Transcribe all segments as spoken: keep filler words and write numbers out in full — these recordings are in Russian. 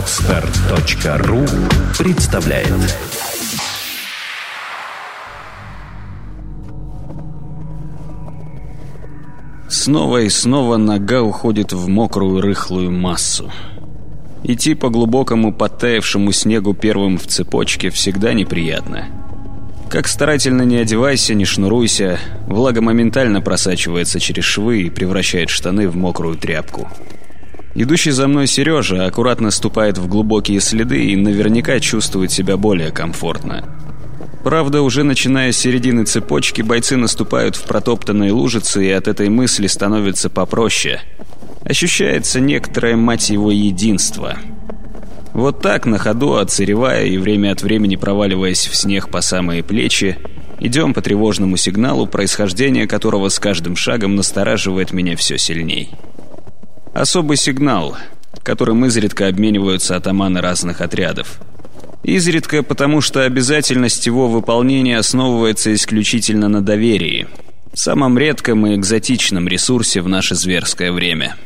Подстар точка ру представляет. Снова и снова нога уходит в мокрую рыхлую массу. Идти по глубокому подтаявшему снегу первым в цепочке всегда неприятно. Как старательно не одевайся, не шнуруйся, влага моментально просачивается через швы и превращает штаны в мокрую тряпку. Идущий за мной Сережа аккуратно ступает в глубокие следы и наверняка чувствует себя более комфортно. Правда, уже начиная с середины цепочки, бойцы наступают в протоптанные лужицы, и от этой мысли становится попроще. Ощущается некоторое, мать его, единство. Вот так, на ходу, отсыревая и время от времени проваливаясь в снег по самые плечи, идем по тревожному сигналу, происхождение которого с каждым шагом настораживает меня все сильней. Особый сигнал, которым изредка обмениваются атаманы разных отрядов. Изредка, потому что обязательность его выполнения основывается исключительно на доверии, самом редком и экзотичном ресурсе в наше зверское время.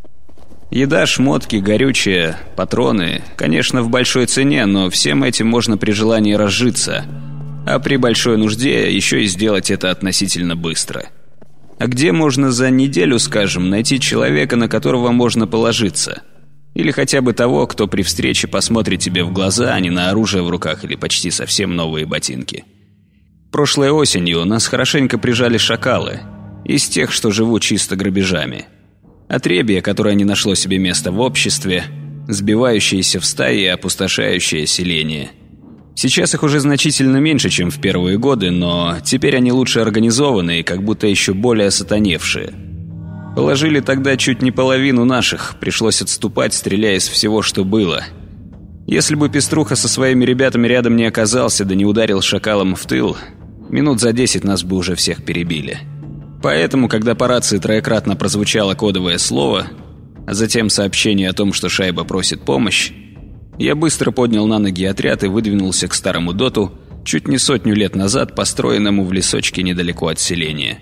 Еда, шмотки, горючее, патроны, конечно, в большой цене, но всем этим можно при желании разжиться, а при большой нужде еще и сделать это относительно быстро. А где можно за неделю, скажем, найти человека, на которого можно положиться? Или хотя бы того, кто при встрече посмотрит тебе в глаза, а не на оружие в руках или почти совсем новые ботинки? Прошлой осенью нас хорошенько прижали шакалы, из тех, что живут чисто грабежами. Отребье, которое не нашло себе места в обществе, сбивающиеся в стаи и опустошающее селение. Сейчас их уже значительно меньше, чем в первые годы, но теперь они лучше организованы и как будто еще более сатаневшие. Положили тогда чуть не половину наших, пришлось отступать, стреляя из всего, что было. Если бы Пеструха со своими ребятами рядом не оказался, да не ударил шакалом в тыл, минут за десять нас бы уже всех перебили. Поэтому, когда по рации троекратно прозвучало кодовое слово, а затем сообщение о том, что шайба просит помощь, я быстро поднял на ноги отряд и выдвинулся к старому доту, чуть не сотню лет назад построенному в лесочке недалеко от селения.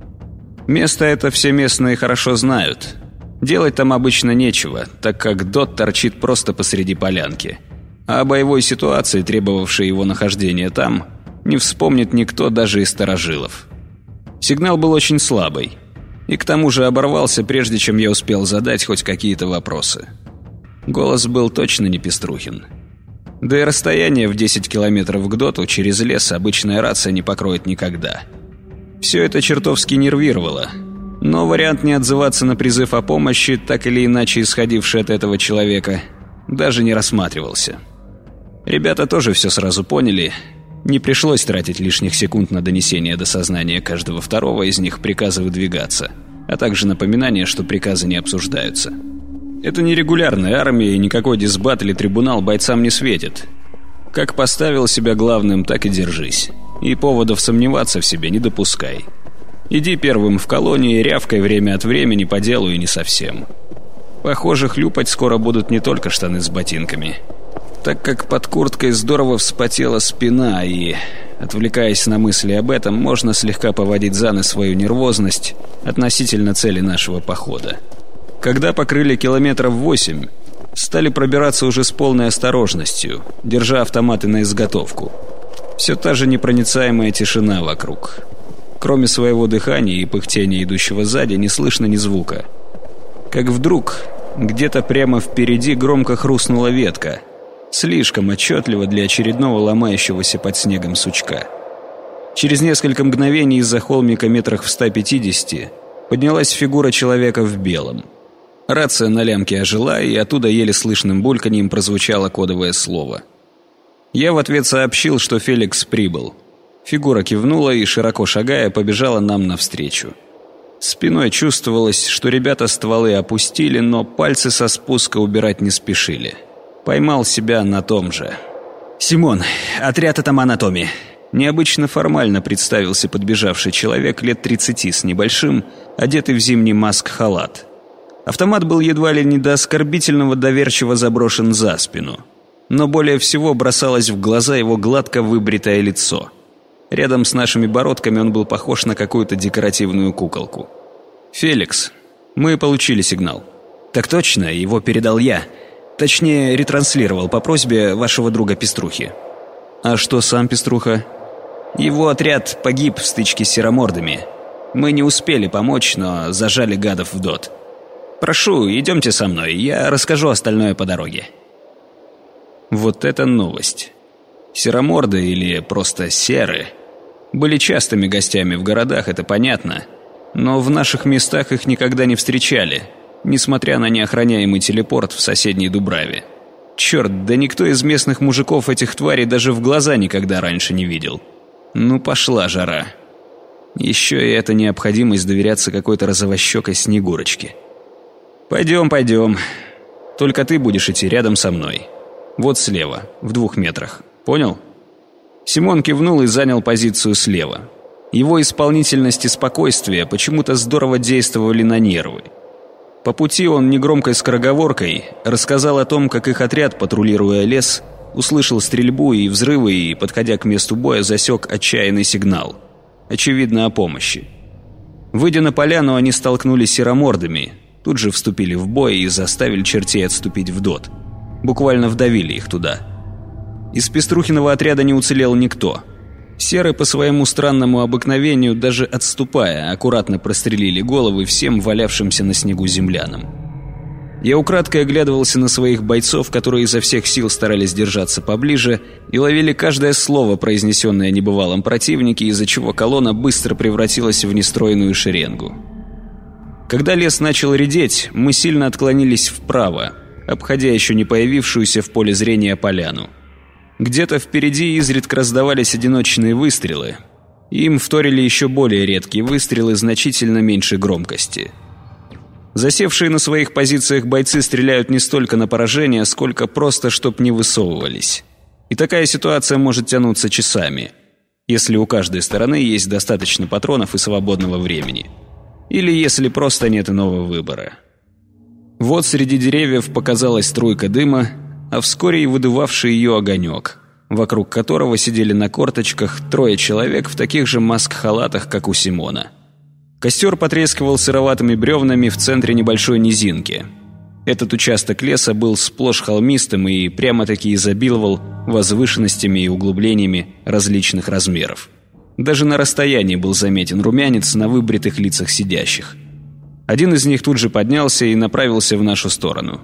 Место это все местные хорошо знают. Делать там обычно нечего, так как дот торчит просто посреди полянки. А о боевой ситуации, требовавшей его нахождения там, не вспомнит никто даже из старожилов. Сигнал был очень слабый, и к тому же оборвался, прежде чем я успел задать хоть какие-то вопросы. Голос был точно не Пеструхин. Да и расстояние в десять километров к доту через лес обычная рация не покроет никогда. Все это чертовски нервировало, но вариант не отзываться на призыв о помощи, так или иначе исходивший от этого человека, даже не рассматривался. Ребята тоже все сразу поняли. Не пришлось тратить лишних секунд на донесение до сознания каждого второго из них приказа выдвигаться, а также напоминание, что приказы не обсуждаются. Это не регулярная армия, и никакой дисбат или трибунал бойцам не светит. Как поставил себя главным, так и держись. И поводов сомневаться в себе не допускай. Иди первым в колонии, рявкай время от времени по делу и не совсем. Похоже, хлюпать скоро будут не только штаны с ботинками, так как под курткой здорово вспотела спина, и, отвлекаясь на мысли об этом, можно слегка поводить за нос свою нервозность относительно цели нашего похода. Когда покрыли километров восемь, стали пробираться уже с полной осторожностью, держа автоматы на изготовку. Все та же непроницаемая тишина вокруг. Кроме своего дыхания и пыхтения идущего сзади не слышно ни звука. Как вдруг где-то прямо впереди громко хрустнула ветка, слишком отчетливо для очередного ломающегося под снегом сучка. Через несколько мгновений из-за холмика метрах в ста пятидесяти поднялась фигура человека в белом. Рация на лямке ожила, и оттуда еле слышным бульканьем прозвучало кодовое слово. Я в ответ сообщил, что Феликс прибыл. Фигура кивнула и, широко шагая, побежала нам навстречу. Спиной чувствовалось, что ребята стволы опустили, но пальцы со спуска убирать не спешили. Поймал себя на том же. «Симон, отряд атамана Томми». Необычно формально представился подбежавший человек лет тридцати с небольшим, одетый в зимний маск-халат. Автомат был едва ли не до оскорбительного доверчиво заброшен за спину. Но более всего бросалось в глаза его гладко выбритое лицо. Рядом с нашими бородками он был похож на какую-то декоративную куколку. «Феликс, мы получили сигнал». «Так точно, его передал я. Точнее, ретранслировал по просьбе вашего друга Пеструхи. А что сам Пеструха? Его отряд погиб в стычке с серомордами. Мы не успели помочь, но зажали гадов в дот. Прошу, идемте со мной, я расскажу остальное по дороге. Вот это новость. Сероморды, или просто серы, были частыми гостями в городах, это понятно. Но в наших местах их никогда не встречали, несмотря на неохраняемый телепорт в соседней Дубраве. Черт, да никто из местных мужиков этих тварей даже в глаза никогда раньше не видел. Ну пошла жара. Еще и эта необходимость доверяться какой-то розовощекой Снегурочке. Пойдем, пойдем. Только ты будешь идти рядом со мной. Вот слева, в двух метрах. Понял? Симон кивнул и занял позицию слева. Его исполнительность и спокойствие почему-то здорово действовали на нервы. По пути он негромкой скороговоркой рассказал о том, как их отряд, патрулируя лес, услышал стрельбу и взрывы и, подходя к месту боя, засек отчаянный сигнал. Очевидно, о помощи. Выйдя на поляну, они столкнулись с серомордами, тут же вступили в бой и заставили чертей отступить в дот. Буквально вдавили их туда. Из Пеструхиного отряда не уцелел никто. Серы по своему странному обыкновению, даже отступая, аккуратно прострелили головы всем валявшимся на снегу землянам. Я украдкой оглядывался на своих бойцов, которые изо всех сил старались держаться поближе и ловили каждое слово, произнесенное небывалым противнике, из-за чего колонна быстро превратилась в нестройную шеренгу. Когда лес начал редеть, мы сильно отклонились вправо, обходя еще не появившуюся в поле зрения поляну. Где-то впереди изредка раздавались одиночные выстрелы. Им вторили еще более редкие выстрелы значительно меньшей громкости. Засевшие на своих позициях бойцы стреляют не столько на поражение, сколько просто, чтоб не высовывались. И такая ситуация может тянуться часами, если у каждой стороны есть достаточно патронов и свободного времени. Или если просто нет иного выбора. Вот среди деревьев показалась струйка дыма, а вскоре и выдувавший ее огонек, вокруг которого сидели на корточках трое человек в таких же маск-халатах, как у Симона. Костер потрескивал сыроватыми бревнами в центре небольшой низинки. Этот участок леса был сплошь холмистым и прямо-таки изобиловал возвышенностями и углублениями различных размеров. Даже на расстоянии был заметен румянец на выбритых лицах сидящих. Один из них тут же поднялся и направился в нашу сторону.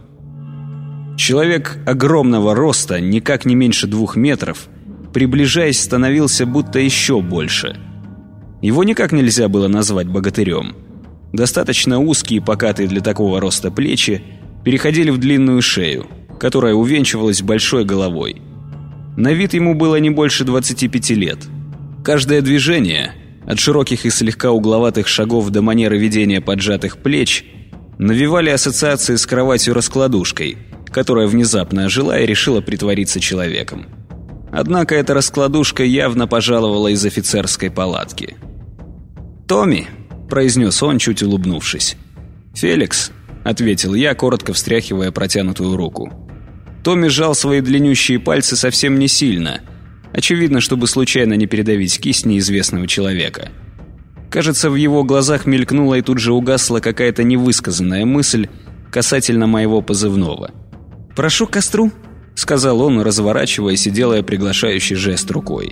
Человек огромного роста, никак не меньше двух метров, приближаясь, становился будто еще больше. Его никак нельзя было назвать богатырем. Достаточно узкие и покатые для такого роста плечи переходили в длинную шею, которая увенчивалась большой головой. На вид ему было не больше двадцати пяти лет. Каждое движение, от широких и слегка угловатых шагов до манеры ведения поджатых плеч, навевали ассоциации с кроватью-раскладушкой, которая внезапно ожила и решила притвориться человеком. Однако эта раскладушка явно пожаловала из офицерской палатки. «Томми», — произнес он, чуть улыбнувшись. «Феликс», — ответил я, коротко встряхивая протянутую руку. Томми сжал свои длиннющие пальцы совсем не сильно, очевидно, чтобы случайно не передавить кисть неизвестного человека. Кажется, в его глазах мелькнула и тут же угасла какая-то невысказанная мысль касательно моего позывного. «Прошу к костру», — сказал он, разворачиваясь и делая приглашающий жест рукой.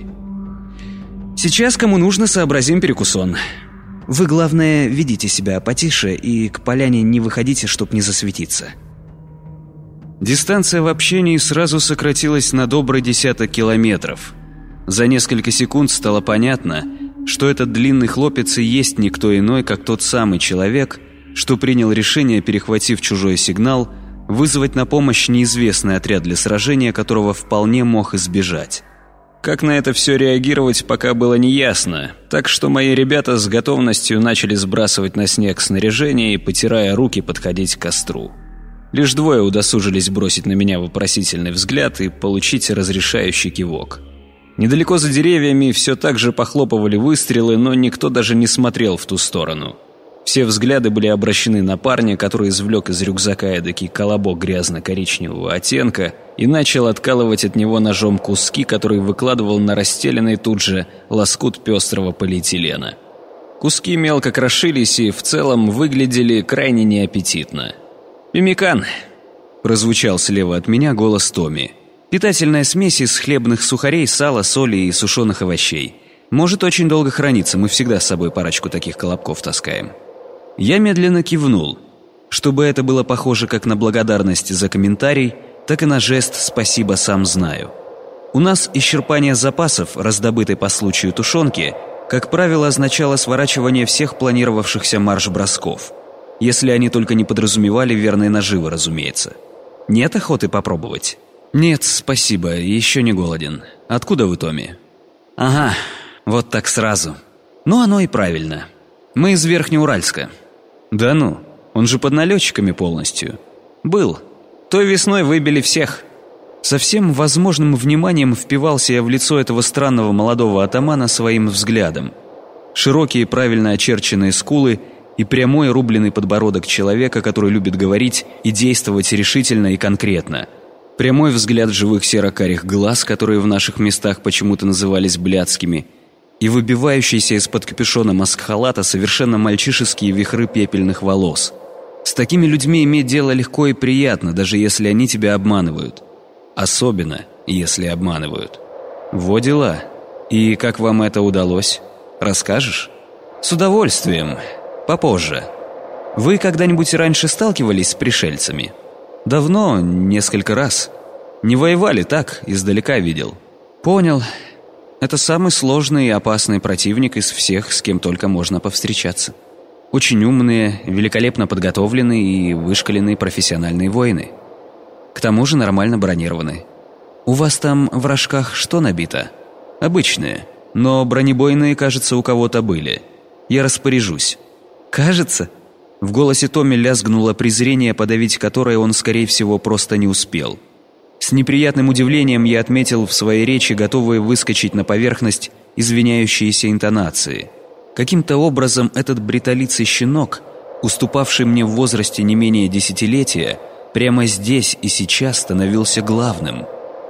«Сейчас, кому нужно, сообразим перекусон. Вы, главное, ведите себя потише и к поляне не выходите, чтоб не засветиться». Дистанция в общении сразу сократилась на добрый десяток километров. За несколько секунд стало понятно, что этот длинный хлопец и есть никто иной, как тот самый человек, что принял решение, перехватив чужой сигнал, вызвать на помощь неизвестный отряд для сражения, которого вполне мог избежать. Как на это все реагировать, пока было неясно, так что мои ребята с готовностью начали сбрасывать на снег снаряжение и, потирая руки, подходить к костру. Лишь двое удосужились бросить на меня вопросительный взгляд и получить разрешающий кивок. Недалеко за деревьями все так же похлопывали выстрелы, но никто даже не смотрел в ту сторону. Все взгляды были обращены на парня, который извлек из рюкзака эдакий колобок грязно-коричневого оттенка и начал откалывать от него ножом куски, которые выкладывал на расстеленный тут же лоскут пестрого полиэтилена. Куски мелко крошились и в целом выглядели крайне неаппетитно. «Мимикан, – прозвучал слева от меня голос Томми. «Питательная смесь из хлебных сухарей, сала, соли и сушеных овощей. Может очень долго храниться, мы всегда с собой парочку таких колобков таскаем». Я медленно кивнул, чтобы это было похоже как на благодарность за комментарий, так и на жест «спасибо, сам знаю». У нас исчерпание запасов, раздобытой по случаю тушенки, как правило, означало сворачивание всех планировавшихся марш-бросков. Если они только не подразумевали верные наживы, разумеется. Нет охоты попробовать? Нет, спасибо, еще не голоден. Откуда вы, Томми? Ага, вот так сразу. Ну, оно и правильно. Мы из Верхнеуральска. Да ну, он же под налетчиками полностью. Был. Той весной выбили всех. Со всем возможным вниманием впивался я в лицо этого странного молодого атамана своим взглядом. Широкие правильно очерченные скулы и прямой рубленый подбородок человека, который любит говорить и действовать решительно и конкретно. Прямой взгляд живых серо-карих глаз, которые в наших местах почему-то назывались блядскими, и выбивающиеся из-под капюшона маскхалата совершенно мальчишеские вихры пепельных волос. С такими людьми иметь дело легко и приятно, даже если они тебя обманывают. Особенно, если обманывают. Во дела. И как вам это удалось? Расскажешь? С удовольствием. Попозже. Вы когда-нибудь раньше сталкивались с пришельцами? Давно, несколько раз. Не воевали, так, издалека видел. Понял. Это самый сложный и опасный противник из всех, с кем только можно повстречаться. Очень умные, великолепно подготовленные и вышкаленные профессиональные воины. К тому же нормально бронированы. У вас там в рожках что набито? Обычные, но бронебойные, кажется, у кого-то были. Я распоряжусь. Кажется? В голосе Томми лязгнуло презрение, подавить которое он, скорее всего, просто не успел. С неприятным удивлением я отметил в своей речи готовые выскочить на поверхность извиняющиеся интонации. Каким-то образом этот бритолицый щенок, уступавший мне в возрасте не менее десятилетия, прямо здесь и сейчас становился главным.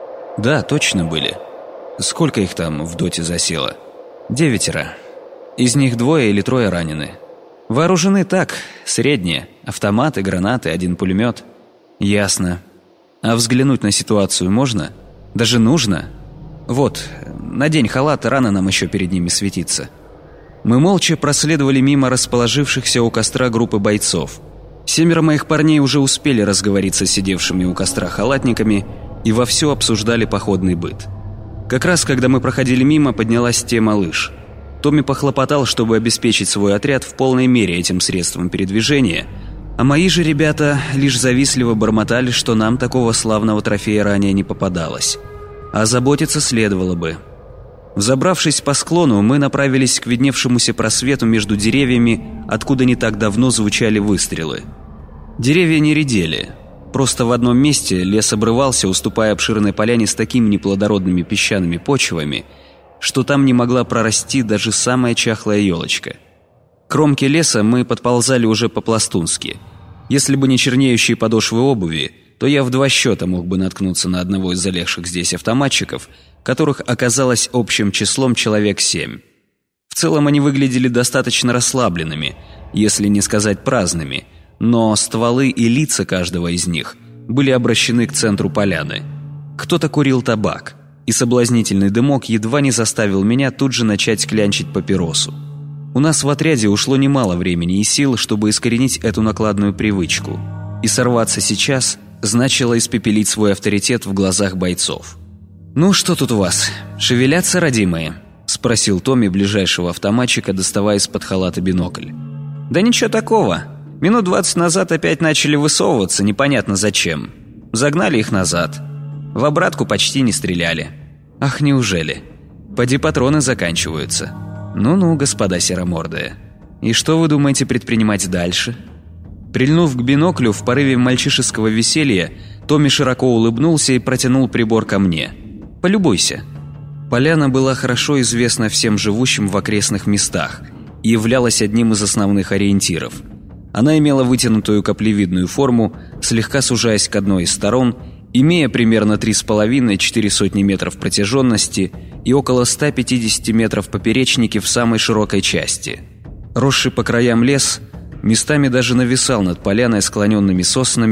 Да, точно были. Сколько их там в доте засело? Девятеро. Из них двое или трое ранены. Вооружены так, средние. Автоматы, гранаты, один пулемет. Ясно. А взглянуть на ситуацию можно? Даже нужно? Вот, надень халат, рано нам еще перед ними светиться. Мы молча проследовали мимо расположившихся у костра группы бойцов. Семеро моих парней уже успели разговориться с сидевшими у костра халатниками и вовсю обсуждали походный быт. Как раз, когда мы проходили мимо, поднялась тема лыж. Томми похлопотал, чтобы обеспечить свой отряд в полной мере этим средством передвижения, а мои же ребята лишь завистливо бормотали, что нам такого славного трофея ранее не попадалось. А заботиться следовало бы. Взобравшись по склону, мы направились к видневшемуся просвету между деревьями, откуда не так давно звучали выстрелы. Деревья не редели. Просто в одном месте лес обрывался, уступая обширной поляне с такими неплодородными песчаными почвами, что там не могла прорасти даже самая чахлая елочка. К кромке леса мы подползали уже по-пластунски. Если бы не чернеющие подошвы обуви, то я в два счета мог бы наткнуться на одного из залегших здесь автоматчиков, которых оказалось общим числом человек семь. В целом они выглядели достаточно расслабленными, если не сказать праздными, но стволы и лица каждого из них были обращены к центру поляны. Кто-то курил табак, и соблазнительный дымок едва не заставил меня тут же начать клянчить папиросу. У нас в отряде ушло немало времени и сил, чтобы искоренить эту накладную привычку, и сорваться сейчас значило испепелить свой авторитет в глазах бойцов. «Ну, что тут у вас? Шевелятся, родимые?» – спросил Томми ближайшего автоматчика, доставая из-под халата бинокль. «Да ничего такого. Минут двадцать назад опять начали высовываться, непонятно зачем. Загнали их назад. В обратку почти не стреляли». «Ах, неужели? Поди патроны заканчиваются». «Ну-ну, господа серомордые. И что вы думаете предпринимать дальше?» Прильнув к биноклю в порыве мальчишеского веселья, Томми широко улыбнулся и протянул прибор ко мне. «Полюбуйся». Поляна была хорошо известна всем живущим в окрестных местах и являлась одним из основных ориентиров. Она имела вытянутую каплевидную форму, слегка сужаясь к одной из сторон, имея примерно три с половиной-четыре сотни метров протяженности и около ста пятидесяти метров в поперечнике в самой широкой части. Росший по краям лес местами даже нависал над поляной склоненными соснами,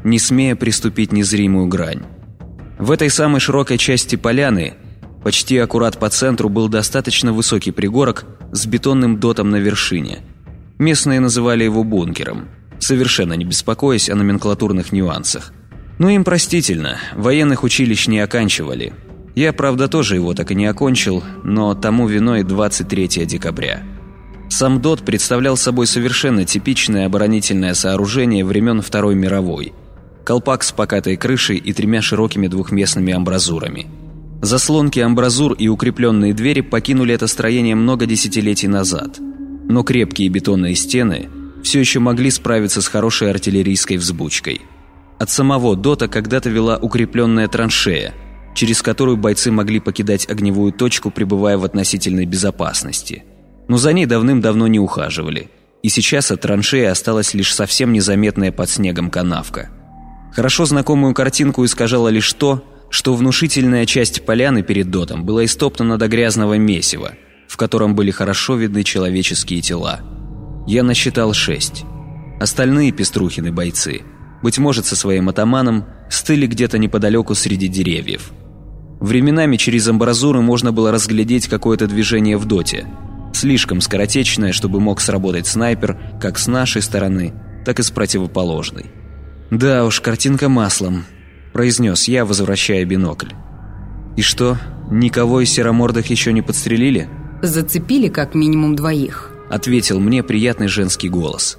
не смея приступить незримую грань. В этой самой широкой части поляны, почти аккурат по центру, был достаточно высокий пригорок с бетонным дотом на вершине. Местные называли его бункером, совершенно не беспокоясь о номенклатурных нюансах. Но им простительно, военных училищ не оканчивали. Я, правда, тоже его так и не окончил, но тому виной двадцать третьего декабря. Сам ДОТ представлял собой совершенно типичное оборонительное сооружение времен Второй мировой. Колпак с покатой крышей и тремя широкими двухместными амбразурами. Заслонки амбразур и укрепленные двери покинули это строение много десятилетий назад. Но крепкие бетонные стены все еще могли справиться с хорошей артиллерийской взбучкой. От самого ДОТа когда-то вела укрепленная траншея, через которую бойцы могли покидать огневую точку, пребывая в относительной безопасности. Но за ней давным-давно не ухаживали, и сейчас от траншеи осталась лишь совсем незаметная под снегом канавка. Хорошо знакомую картинку искажало лишь то, что внушительная часть поляны перед ДОТом была истоптана до грязного месива, в котором были хорошо видны человеческие тела. Я насчитал шесть. Остальные Пеструхины бойцы, быть может со своим атаманом, стыли где-то неподалеку среди деревьев. Временами через амбразуры можно было разглядеть какое-то движение в ДОТе, слишком скоротечное, чтобы мог сработать снайпер как с нашей стороны, так и с противоположной. «Да уж, картинка маслом», – произнес я, возвращая бинокль. «И что, никого из серомордых еще не подстрелили?» «Зацепили как минимум двоих», – ответил мне приятный женский голос.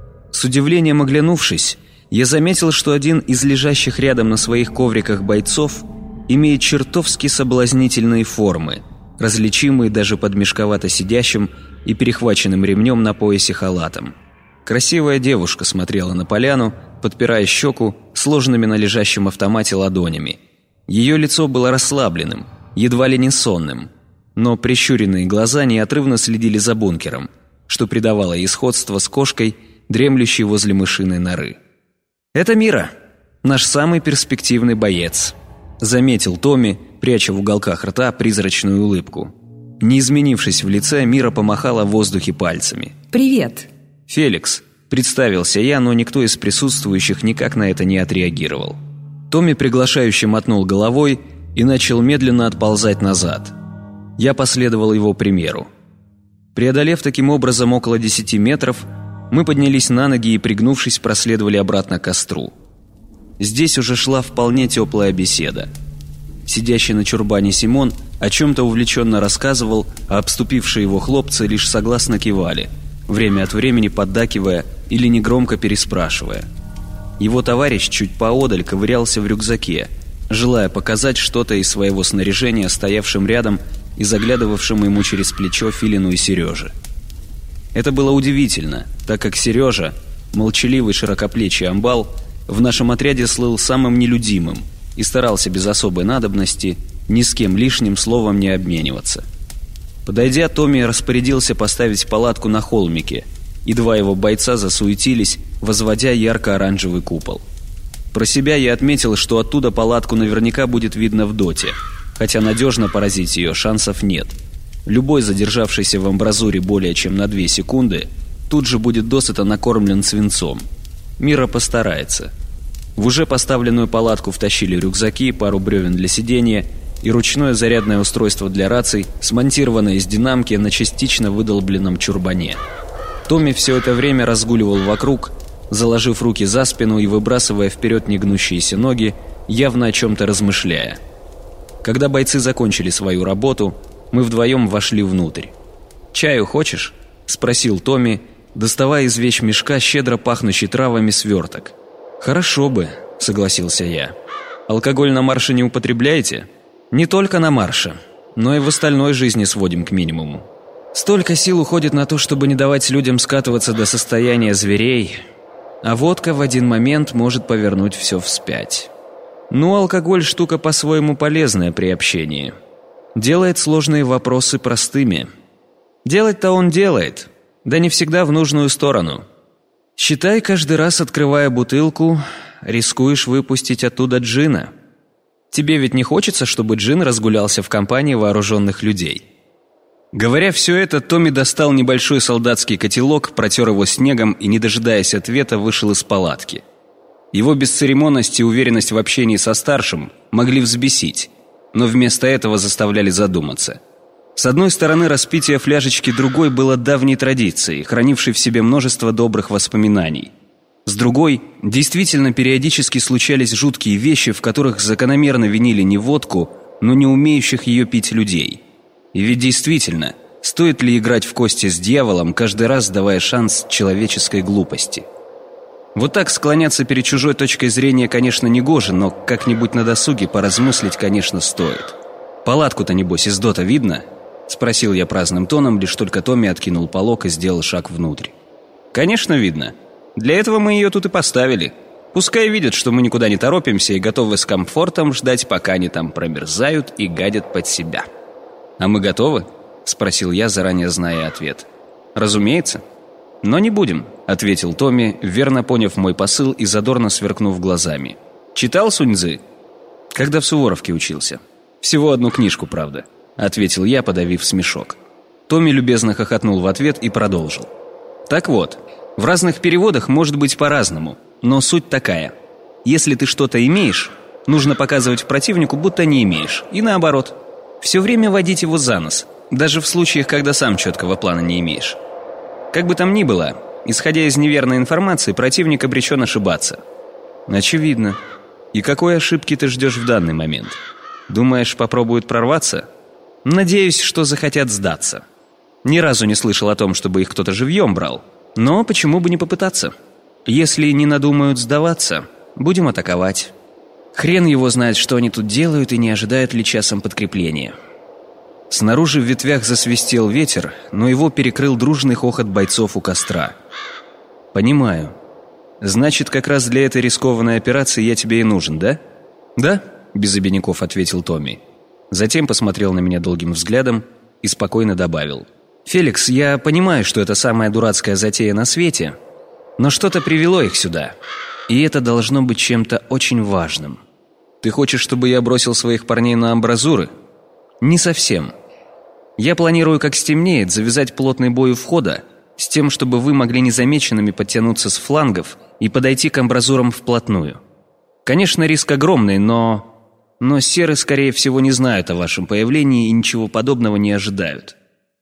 С удивлением оглянувшись, я заметил, что один из лежащих рядом на своих ковриках бойцов имеет чертовски соблазнительные формы, различимые даже под мешковато сидящим и перехваченным ремнем на поясе халатом. Красивая девушка смотрела на поляну, подпирая щеку сложенными на лежащем автомате ладонями. Ее лицо было расслабленным, едва ли не сонным, но прищуренные глаза неотрывно следили за бункером, что придавало ей сходство с кошкой, дремлющей возле мышиной норы. «Это Мира, наш самый перспективный боец», — заметил Томми, пряча в уголках рта призрачную улыбку. Не изменившись в лице, Мира помахала в воздухе пальцами. «Привет». «Феликс», — представился я, но никто из присутствующих никак на это не отреагировал. Томми приглашающе мотнул головой и начал медленно отползать назад. Я последовал его примеру. Преодолев таким образом около десяти метров, мы поднялись на ноги и, пригнувшись, проследовали обратно к костру. Здесь уже шла вполне теплая беседа. Сидящий на чурбане Симон о чем-то увлеченно рассказывал, а обступившие его хлопцы лишь согласно кивали, время от времени поддакивая или негромко переспрашивая. Его товарищ чуть поодаль ковырялся в рюкзаке, желая показать что-то из своего снаряжения стоявшим рядом и заглядывавшим ему через плечо Филину и Сереже. Это было удивительно, так как Сережа, молчаливый широкоплечий амбал, в нашем отряде слыл самым нелюдимым и старался без особой надобности ни с кем лишним словом не обмениваться. Подойдя, Томми распорядился поставить палатку на холмике, и два его бойца засуетились, возводя ярко-оранжевый купол. Про себя я отметил, что оттуда палатку наверняка будет видно в ДОТе, хотя надежно поразить ее шансов нет. Любой, задержавшийся в амбразуре более чем на две секунды, тут же будет досыта накормлен свинцом. Мира постарается. В уже поставленную палатку втащили рюкзаки, пару бревен для сидения и ручное зарядное устройство для раций, смонтированное из динамки на частично выдолбленном чурбане. Томми все это время разгуливал вокруг, заложив руки за спину и выбрасывая вперед негнущиеся ноги, явно о чем-то размышляя. Когда бойцы закончили свою работу, мы вдвоем вошли внутрь. «Чаю хочешь?» – спросил Томми, доставая из вещмешка щедро пахнущий травами сверток. «Хорошо бы», – согласился я. «Алкоголь на марше не употребляете?» «Не только на марше, но и в остальной жизни сводим к минимуму. Столько сил уходит на то, чтобы не давать людям скатываться до состояния зверей, а водка в один момент может повернуть все вспять. Ну, алкоголь – штука по-своему полезная при общении. Делает сложные вопросы простыми. Делать-то он делает, да не всегда в нужную сторону. Считай, каждый раз, открывая бутылку, рискуешь выпустить оттуда джина. Тебе ведь не хочется, чтобы джин разгулялся в компании вооруженных людей?» Говоря все это, Томми достал небольшой солдатский котелок, протер его снегом и, не дожидаясь ответа, вышел из палатки. Его бесцеремонность и уверенность в общении со старшим могли взбесить, но вместо этого заставляли задуматься. С одной стороны, распитие фляжечки другой было давней традицией, хранившей в себе множество добрых воспоминаний. С другой, действительно периодически случались жуткие вещи, в которых закономерно винили не водку, но не умеющих ее пить людей. И ведь действительно, стоит ли играть в кости с дьяволом, каждый раз давая шанс человеческой глупости? Вот так склоняться перед чужой точкой зрения, конечно, негоже, но как-нибудь на досуге поразмыслить, конечно, стоит. «Палатку-то, небось, из дота видно?» — спросил я праздным тоном, лишь только Томми откинул полог и сделал шаг внутрь. «Конечно, видно. Для этого мы ее тут и поставили. Пускай видят, что мы никуда не торопимся и готовы с комфортом ждать, пока они там промерзают и гадят под себя». «А мы готовы?» — спросил я, заранее зная ответ. «Разумеется. Но не будем», — ответил Томми, верно поняв мой посыл и задорно сверкнув глазами. «Читал Сунь-цзы?» «Когда в Суворовке учился. Всего одну книжку, правда», — ответил я, подавив смешок. Томми любезно хохотнул в ответ и продолжил. «Так вот, в разных переводах может быть по-разному, но суть такая. Если ты что-то имеешь, нужно показывать противнику, будто не имеешь, и наоборот. Все время водить его за нос, даже в случаях, когда сам четкого плана не имеешь. Как бы там ни было, исходя из неверной информации, противник обречен ошибаться». «Очевидно. И какой ошибки ты ждешь в данный момент? Думаешь, попробуют прорваться?» «Надеюсь, что захотят сдаться. Ни разу не слышал о том, чтобы их кто-то живьем брал. Но почему бы не попытаться? Если не надумают сдаваться, будем атаковать. Хрен его знает, что они тут делают и не ожидают ли часом подкрепления». Снаружи в ветвях засвистел ветер, но его перекрыл дружный хохот бойцов у костра. «Понимаю. Значит, как раз для этой рискованной операции я тебе и нужен, да?» «Да», — без обиняков ответил Томми. Затем посмотрел на меня долгим взглядом и спокойно добавил. «Феликс, я понимаю, что это самая дурацкая затея на свете, но что-то привело их сюда, и это должно быть чем-то очень важным. Ты хочешь, чтобы я бросил своих парней на амбразуры?» «Не совсем. Я планирую, как стемнеет, завязать плотный бой у входа, с тем, чтобы вы могли незамеченными подтянуться с флангов и подойти к амбразурам вплотную. Конечно, риск огромный, но... Но серы, скорее всего, не знают о вашем появлении и ничего подобного не ожидают».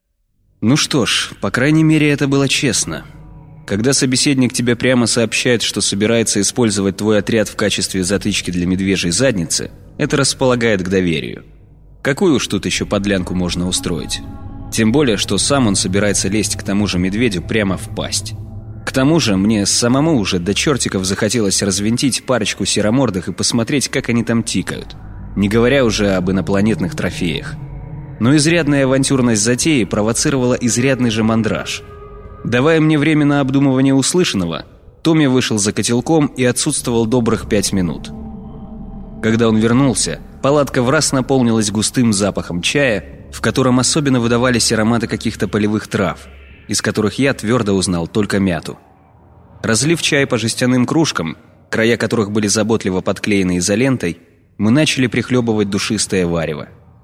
Ну что ж, по крайней мере, это было честно. Когда собеседник тебе прямо сообщает, что собирается использовать твой отряд в качестве затычки для медвежьей задницы, это располагает к доверию. Какую уж тут еще подлянку можно устроить? Тем более, что сам он собирается лезть к тому же медведю прямо в пасть. К тому же, мне самому уже до чертиков захотелось развинтить парочку серомордых и посмотреть, как они там тикают. Не говоря уже об инопланетных трофеях. Но изрядная авантюрность затеи провоцировала изрядный же мандраж. Давая мне время на обдумывание услышанного, Томми вышел за котелком и отсутствовал добрых пять минут. Когда он вернулся, палатка враз наполнилась густым запахом чая, в котором особенно выдавались ароматы каких-то полевых трав, из которых я твердо узнал только мяту. Разлив чай по жестяным кружкам, края которых были заботливо подклеены изолентой, мы начали прихлебывать душистое варево.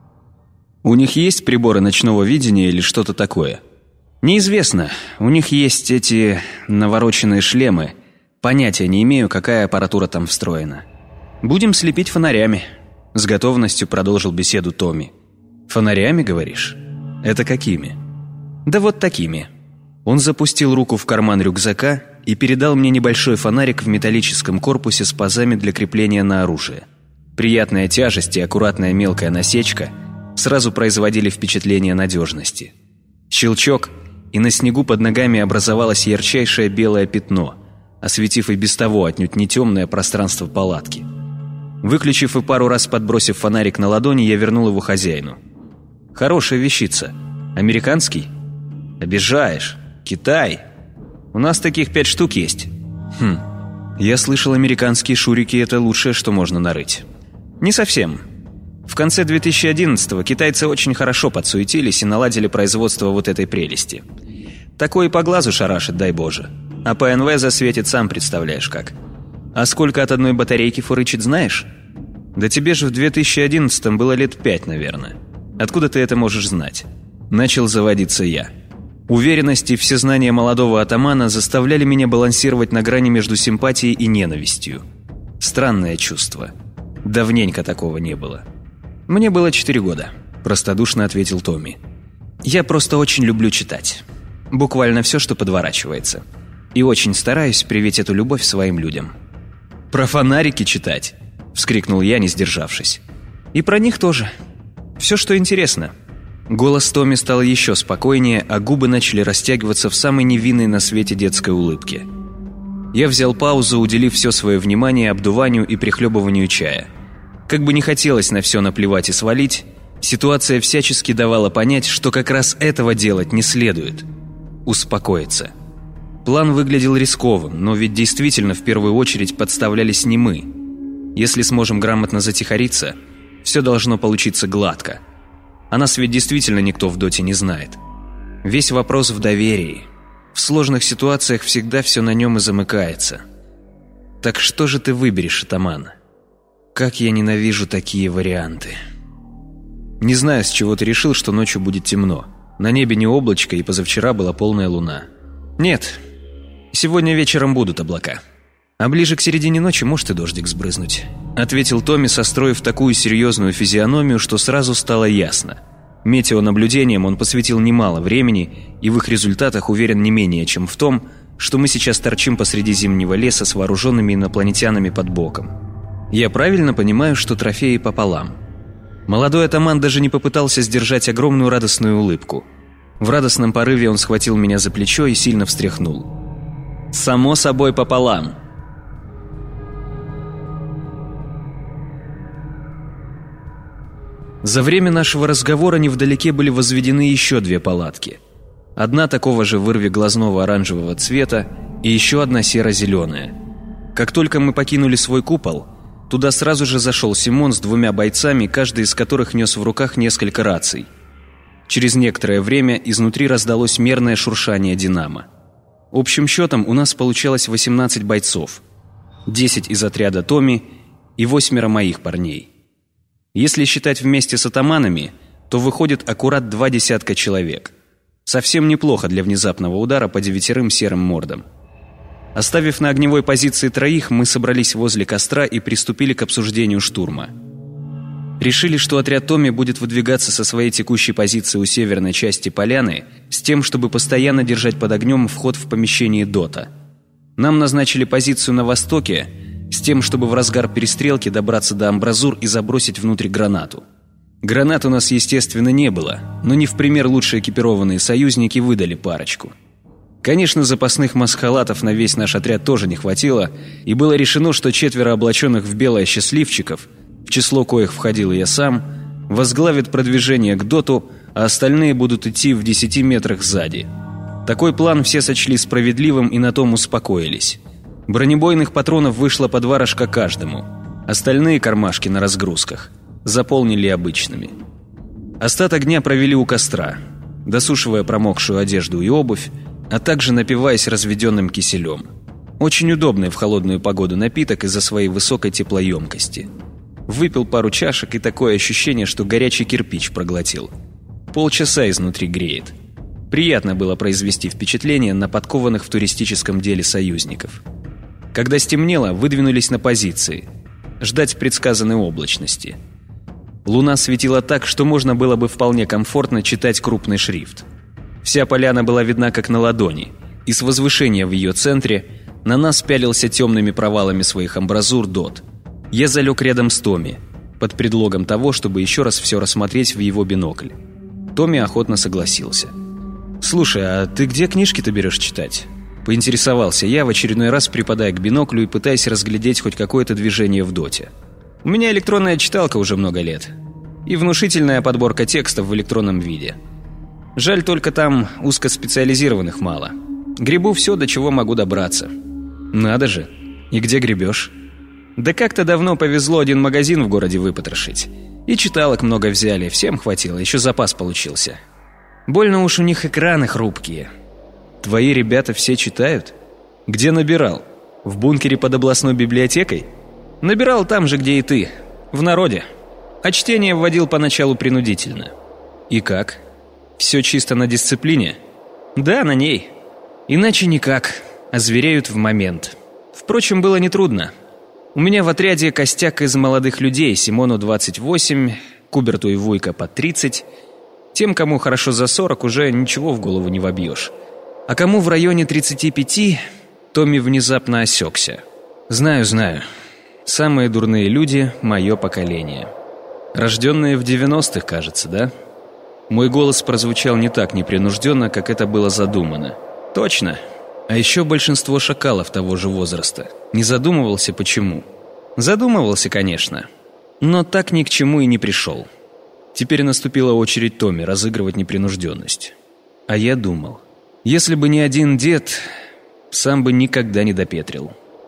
«У них есть приборы ночного видения или что-то такое?» «Неизвестно. У них есть эти навороченные шлемы. Понятия не имею, какая аппаратура там встроена. Будем слепить фонарями», — с готовностью продолжил беседу Томми. «Фонарями, говоришь? Это какими?» «Да вот такими». Он запустил руку в карман рюкзака и передал мне небольшой фонарик в металлическом корпусе с пазами для крепления на оружие. Приятная тяжесть и аккуратная мелкая насечка сразу производили впечатление надежности. Щелчок, и на снегу под ногами образовалось ярчайшее белое пятно, осветив и без того отнюдь не темное пространство палатки. Выключив и пару раз подбросив фонарик на ладони, я вернул его хозяину. «Хорошая вещица. Американский?» «Обижаешь. Китай. У нас таких пять штук есть». «Хм. Я слышал, американские шурики – это лучшее, что можно нарыть». «Не совсем. В конце две тысячи одиннадцатого китайцы очень хорошо подсуетились и наладили производство вот этой прелести. Такое по глазу шарашит, дай боже. А по эн вэ засветит, сам представляешь как. А сколько от одной батарейки фурычит, знаешь? Да тебе же в две тысячи одиннадцатом было лет пять, наверное. Откуда ты это можешь знать?» Начал заводиться я. Уверенность и всезнание молодого атамана заставляли меня балансировать на грани между симпатией и ненавистью. Странное чувство. Давненько такого не было. «Мне было четыре года», – простодушно ответил Томми. «Я просто очень люблю читать. Буквально все, что подворачивается. И очень стараюсь привить эту любовь своим людям». «Про фонарики читать?» – вскрикнул я, не сдержавшись. «И про них тоже. Все, что интересно». Голос Томми стал еще спокойнее, а губы начали растягиваться в самой невинной на свете детской улыбке. Я взял паузу, уделив все свое внимание обдуванию и прихлебыванию чая. Как бы не хотелось на все наплевать и свалить, ситуация всячески давала понять, что как раз этого делать не следует. Успокоиться. План выглядел рисковым, но ведь действительно в первую очередь подставлялись не мы. Если сможем грамотно затихариться, все должно получиться гладко. А нас ведь действительно никто в доте не знает. Весь вопрос в доверии. В сложных ситуациях всегда все на нем и замыкается. Так что же ты выберешь, атаман? Как я ненавижу такие варианты. Не знаю, с чего ты решил, что ночью будет темно. На небе не облачко, и позавчера была полная луна. Нет, сегодня вечером будут облака. А ближе к середине ночи может и дождик сбрызнуть, ответил Томми, состроив такую серьезную физиономию, что сразу стало ясно. Метеонаблюдениям он посвятил немало времени, и в их результатах уверен не менее, чем в том, что мы сейчас торчим посреди зимнего леса с вооруженными инопланетянами под боком. Я правильно понимаю, что трофеи пополам? Молодой атаман даже не попытался сдержать огромную радостную улыбку. В радостном порыве он схватил меня за плечо и сильно встряхнул. «Само собой пополам!» За время нашего разговора невдалеке были возведены еще две палатки. Одна такого же вырви глазного оранжевого цвета и еще одна серо-зеленая. Как только мы покинули свой купол, туда сразу же зашел Симон с двумя бойцами, каждый из которых нес в руках несколько раций. Через некоторое время изнутри раздалось мерное шуршание динамо. Общим счетом у нас получалось восемнадцать бойцов, десять из отряда Томми и восьмеро моих парней. Если считать вместе с атаманами, то выходит аккурат два десятка человек. Совсем неплохо для внезапного удара по девятерым серым мордам. Оставив на огневой позиции троих, мы собрались возле костра и приступили к обсуждению штурма. Решили, что отряд Томми будет выдвигаться со своей текущей позиции у северной части поляны с тем, чтобы постоянно держать под огнем вход в помещение дота. Нам назначили позицию на востоке, с тем, чтобы в разгар перестрелки добраться до амбразур и забросить внутрь гранату. Гранат у нас, естественно, не было, но не в пример лучше экипированные союзники выдали парочку. Конечно, запасных масхалатов на весь наш отряд тоже не хватило, и было решено, что четверо облаченных в белое счастливчиков, в число коих входил и я сам, возглавят продвижение к доту, а остальные будут идти в десяти метрах сзади. Такой план все сочли справедливым и на том успокоились. Бронебойных патронов вышло по два рожка каждому. Остальные кармашки на разгрузках заполнили обычными. Остаток дня провели у костра, досушивая промокшую одежду и обувь, а также напиваясь разведенным киселем. Очень удобный в холодную погоду напиток из-за своей высокой теплоемкости. Выпил пару чашек, и такое ощущение, что горячий кирпич проглотил. Полчаса изнутри греет. Приятно было произвести впечатление на подкованных в туристическом деле союзников. Когда стемнело, выдвинулись на позиции. Ждать предсказанной облачности. Луна светила так, что можно было бы вполне комфортно читать крупный шрифт. Вся поляна была видна как на ладони, и с возвышения в ее центре на нас пялился темными провалами своих амбразур дот. Я залег рядом с Томми, под предлогом того, чтобы еще раз все рассмотреть в его бинокль. Томми охотно согласился. «Слушай, а ты где книжки-то берешь читать?» Поинтересовался я, в очередной раз припадая к биноклю и пытаясь разглядеть хоть какое-то движение в доте. «У меня электронная читалка уже много лет. И внушительная подборка текстов в электронном виде. Жаль, только там узкоспециализированных мало. Гребу все, до чего могу добраться». «Надо же! И где гребешь?» «Да как-то давно повезло один магазин в городе выпотрошить. И читалок много взяли, всем хватило, еще запас получился. Больно уж у них экраны хрупкие». «Твои ребята все читают? Где набирал? В бункере под областной библиотекой?» «Набирал там же, где и ты, в народе. А чтение вводил поначалу принудительно». «И как? Все чисто на дисциплине?» «Да, на ней. Иначе никак, озвереют в момент. Впрочем, было нетрудно. У меня в отряде костяк из молодых людей: Симону двадцать восемь, Куберту и Вуйко по тридцать. Тем, кому хорошо за сорок, уже ничего в голову не вобьешь. А кому в районе тридцати пяти, Томми внезапно осекся. Знаю, знаю. Самые дурные люди — мое поколение. Рожденные в девяностых, кажется, да? Мой голос прозвучал не так непринужденно, как это было задумано. Точно. А еще большинство шакалов того же возраста. Не задумывался, почему? Задумывался, конечно. Но так ни к чему и не пришел. Теперь наступила очередь Томми разыгрывать непринужденность. А я думал, если бы не один дед, сам бы никогда не допетрил.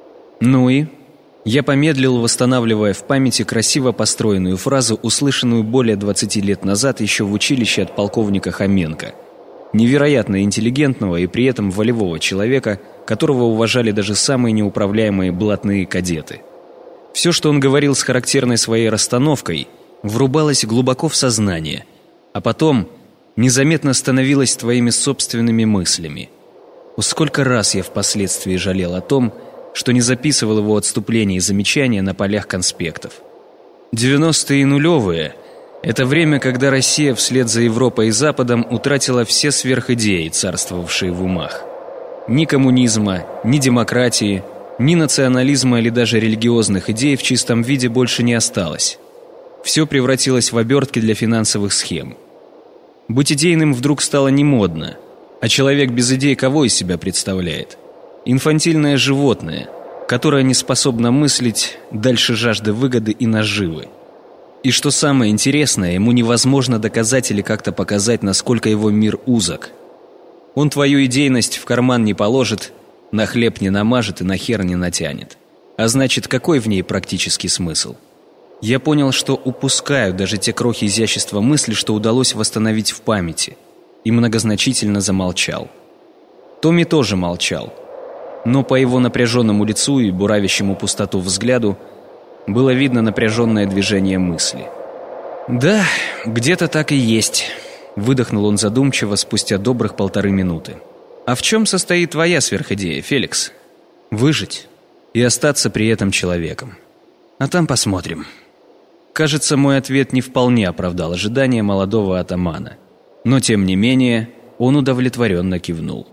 Ну и... Я помедлил, восстанавливая в памяти красиво построенную фразу, услышанную более двадцати лет назад еще в училище от полковника Хоменко. Невероятно интеллигентного и при этом волевого человека, которого уважали даже самые неуправляемые блатные кадеты. Все, что он говорил с характерной своей расстановкой, врубалось глубоко в сознание, а потом незаметно становилось твоими собственными мыслями. О, сколько раз я впоследствии жалел о том, что не записывал его отступления и замечания на полях конспектов. девяностые и нулевые – это время, когда Россия вслед за Европой и Западом утратила все сверхидеи, царствовавшие в умах. Ни коммунизма, ни демократии, ни национализма или даже религиозных идей в чистом виде больше не осталось. Все превратилось в обертки для финансовых схем. Быть идейным вдруг стало не модно, а человек без идей кого из себя представляет? Инфантильное животное, которое не способно мыслить дальше жажды выгоды и наживы. И что самое интересное, ему невозможно доказать или как-то показать, насколько его мир узок. Он твою идейность в карман не положит, на хлеб не намажет и на хер не натянет. А значит, какой в ней практический смысл? Я понял, что упускаю даже те крохи изящества мысли, что удалось восстановить в памяти, и многозначительно замолчал. Томми тоже молчал. Но по его напряженному лицу и буравящему пустоту взгляду было видно напряженное движение мысли. «Да, где-то так и есть», — выдохнул он задумчиво спустя добрых полторы минуты. «А в чем состоит твоя сверхидея, Феликс? Выжить и остаться при этом человеком. А там посмотрим». Кажется, мой ответ не вполне оправдал ожидания молодого атамана. Но, тем не менее, он удовлетворенно кивнул.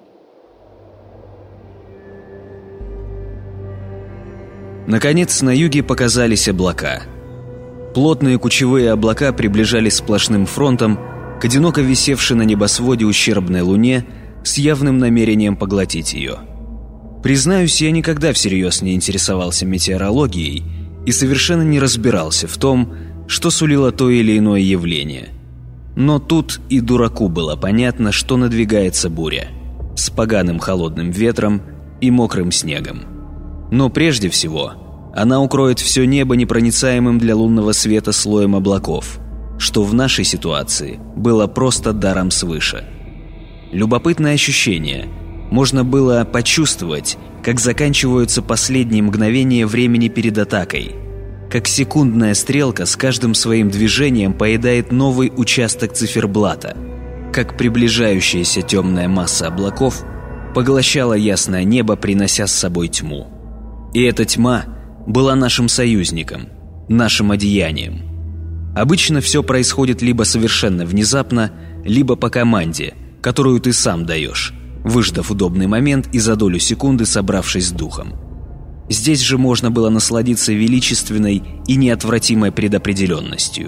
Наконец, на юге показались облака. Плотные кучевые облака приближались сплошным фронтом к одиноко висевшей на небосводе ущербной луне с явным намерением поглотить ее. Признаюсь, я никогда всерьез не интересовался метеорологией и совершенно не разбирался в том, что сулило то или иное явление. Но тут и дураку было понятно, что надвигается буря с поганым холодным ветром и мокрым снегом. Но прежде всего она укроет все небо непроницаемым для лунного света слоем облаков, что в нашей ситуации было просто даром свыше. Любопытное ощущение. Можно было почувствовать, как заканчиваются последние мгновения времени перед атакой, как секундная стрелка с каждым своим движением поедает новый участок циферблата, как приближающаяся темная масса облаков поглощала ясное небо, принося с собой тьму. И эта тьма была нашим союзником, нашим одеянием. Обычно все происходит либо совершенно внезапно, либо по команде, которую ты сам даешь, выждав удобный момент и за долю секунды собравшись с духом. Здесь же можно было насладиться величественной и неотвратимой предопределенностью.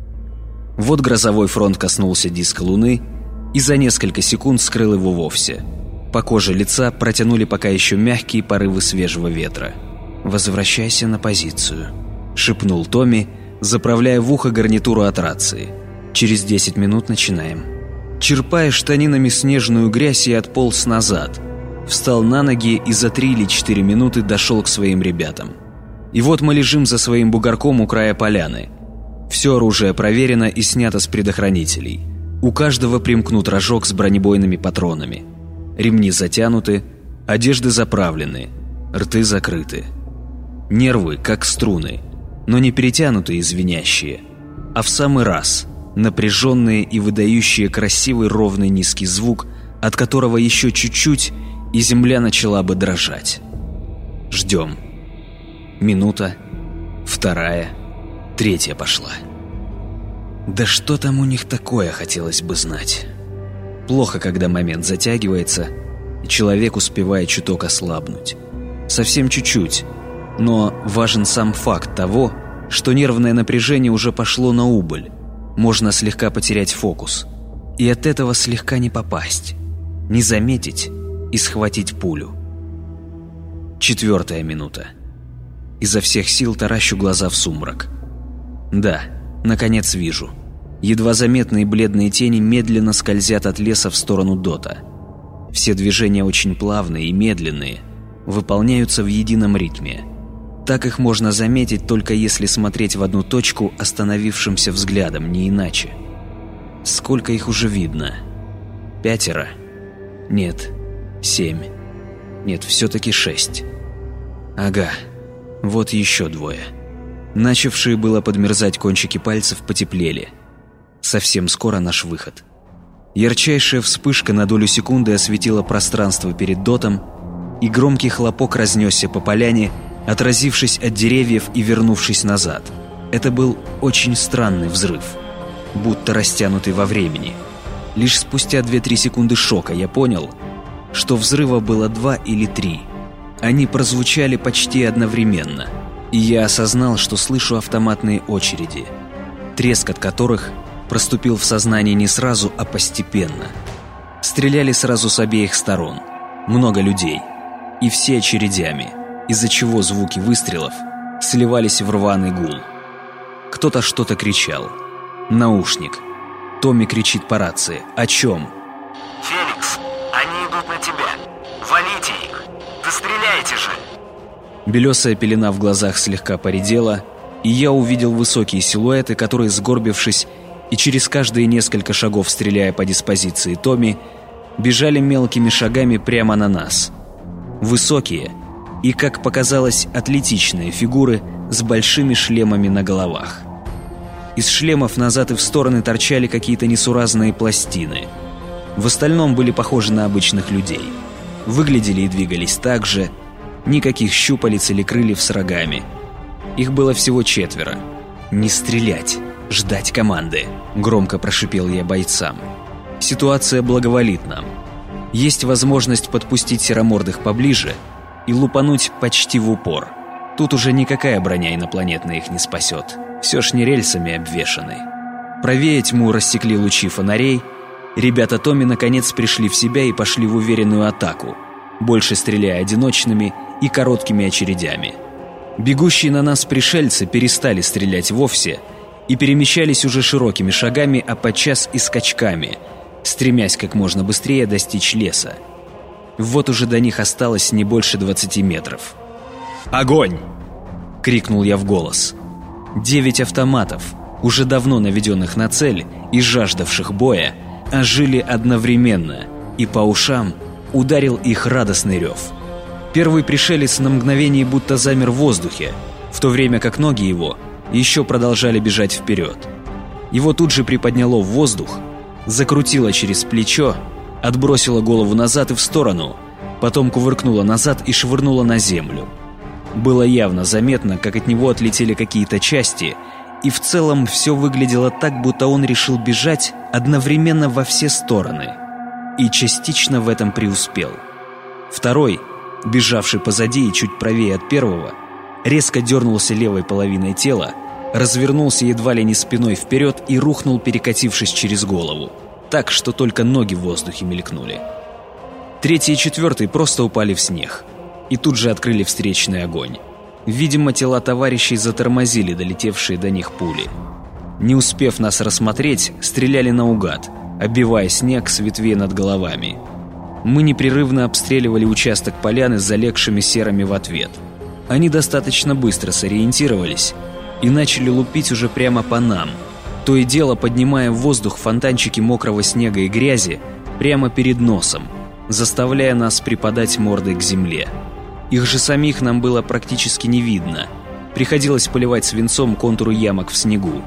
Вот грозовой фронт коснулся диска Луны и за несколько секунд скрыл его вовсе. По коже лица протянули пока еще мягкие порывы свежего ветра. «Возвращайся на позицию», — шепнул Томми, заправляя в ухо гарнитуру от рации. «Через десять минут начинаем». Черпая штанинами снежную грязь, я отполз назад, встал на ноги и за три или четыре минуты дошел к своим ребятам. И вот мы лежим за своим бугорком у края поляны. Все оружие проверено и снято с предохранителей. У каждого примкнут рожок с бронебойными патронами. Ремни затянуты, одежды заправлены, рты закрыты. Нервы, как струны, но не перетянутые и звенящие, а в самый раз, напряженные и выдающие красивый ровный низкий звук, от которого еще чуть-чуть, и земля начала бы дрожать. Ждем. Минута, вторая, третья пошла. Да что там у них такое, хотелось бы знать. Плохо, когда момент затягивается, и человек успевает чуток ослабнуть. Совсем чуть-чуть, но важен сам факт того, что нервное напряжение уже пошло на убыль. Можно слегка потерять фокус. И от этого слегка не попасть, не заметить и схватить пулю. Четвертая минута. Изо всех сил таращу глаза в сумрак. Да, наконец вижу. Едва заметные бледные тени медленно скользят от леса в сторону Дота. Все движения очень плавные и медленные, выполняются в едином ритме. Так их можно заметить только если смотреть в одну точку остановившимся взглядом, не иначе. Сколько их уже видно? Пятеро? Нет, семь. Нет, все-таки шесть. Ага, вот еще двое. Начавшие было подмерзать кончики пальцев потеплели. Совсем скоро наш выход. Ярчайшая вспышка на долю секунды осветила пространство перед Дотом, и громкий хлопок разнесся по поляне, отразившись от деревьев и вернувшись назад. Это был очень странный взрыв, будто растянутый во времени. Лишь спустя две-три секунды шока я понял, что взрыва было два или три. Они прозвучали почти одновременно, и я осознал, что слышу автоматные очереди, треск от которых проступил в сознании не сразу, а постепенно. Стреляли сразу с обеих сторон, много людей, и все очередями, из-за чего звуки выстрелов сливались в рваный гул. Кто-то что-то кричал. Наушник. Томми кричит по рации. О чем? «Феликс, они идут на тебя. Валите их. Да стреляйте же!» Белесая пелена в глазах слегка поредела, и я увидел высокие силуэты, которые, сгорбившись и через каждые несколько шагов стреляя по диспозиции Томми, бежали мелкими шагами прямо на нас. Высокие и, как показалось, атлетичные фигуры с большими шлемами на головах. Из шлемов назад и в стороны торчали какие-то несуразные пластины. В остальном были похожи на обычных людей. Выглядели и двигались так же. Никаких щупалец или крыльев с рогами. Их было всего четверо. «Не стрелять, ждать команды», — громко прошипел я бойцам. «Ситуация благоволит нам. Есть возможность подпустить серомордых поближе и лупануть почти в упор. Тут уже никакая броня инопланетная их не спасет. Все ж не рельсами обвешаны». Правее тьму рассекли лучи фонарей. Ребята Томми наконец пришли в себя и пошли в уверенную атаку, больше стреляя одиночными и короткими очередями. Бегущие на нас пришельцы перестали стрелять вовсе и перемещались уже широкими шагами, а подчас и скачками, стремясь как можно быстрее достичь леса. Вот уже до них осталось не больше двадцати метров. «Огонь!» — крикнул я в голос. Девять автоматов, уже давно наведенных на цель и жаждавших боя, ожили одновременно, и по ушам ударил их радостный рев. Первый пришелец на мгновение будто замер в воздухе, в то время как ноги его еще продолжали бежать вперед. Его тут же приподняло в воздух, закрутило через плечо, отбросило голову назад и в сторону, потом кувыркнуло назад и швырнуло на землю. Было явно заметно, как от него отлетели какие-то части, и в целом все выглядело так, будто он решил бежать одновременно во все стороны. И частично в этом преуспел. Второй, бежавший позади и чуть правее от первого, резко дернулся левой половиной тела, развернулся едва ли не спиной вперед и рухнул, перекатившись через голову, так, что только ноги в воздухе мелькнули. Третий и четвертый просто упали в снег и тут же открыли встречный огонь. Видимо, тела товарищей затормозили долетевшие до них пули. Не успев нас рассмотреть, стреляли наугад, оббивая снег с ветвей над головами. Мы непрерывно обстреливали участок поляны с залегшими серами в ответ. Они достаточно быстро сориентировались и начали лупить уже прямо по нам, то и дело поднимая в воздух фонтанчики мокрого снега и грязи прямо перед носом, заставляя нас припадать мордой к земле. Их же самих нам было практически не видно. Приходилось поливать свинцом контуры ямок в снегу.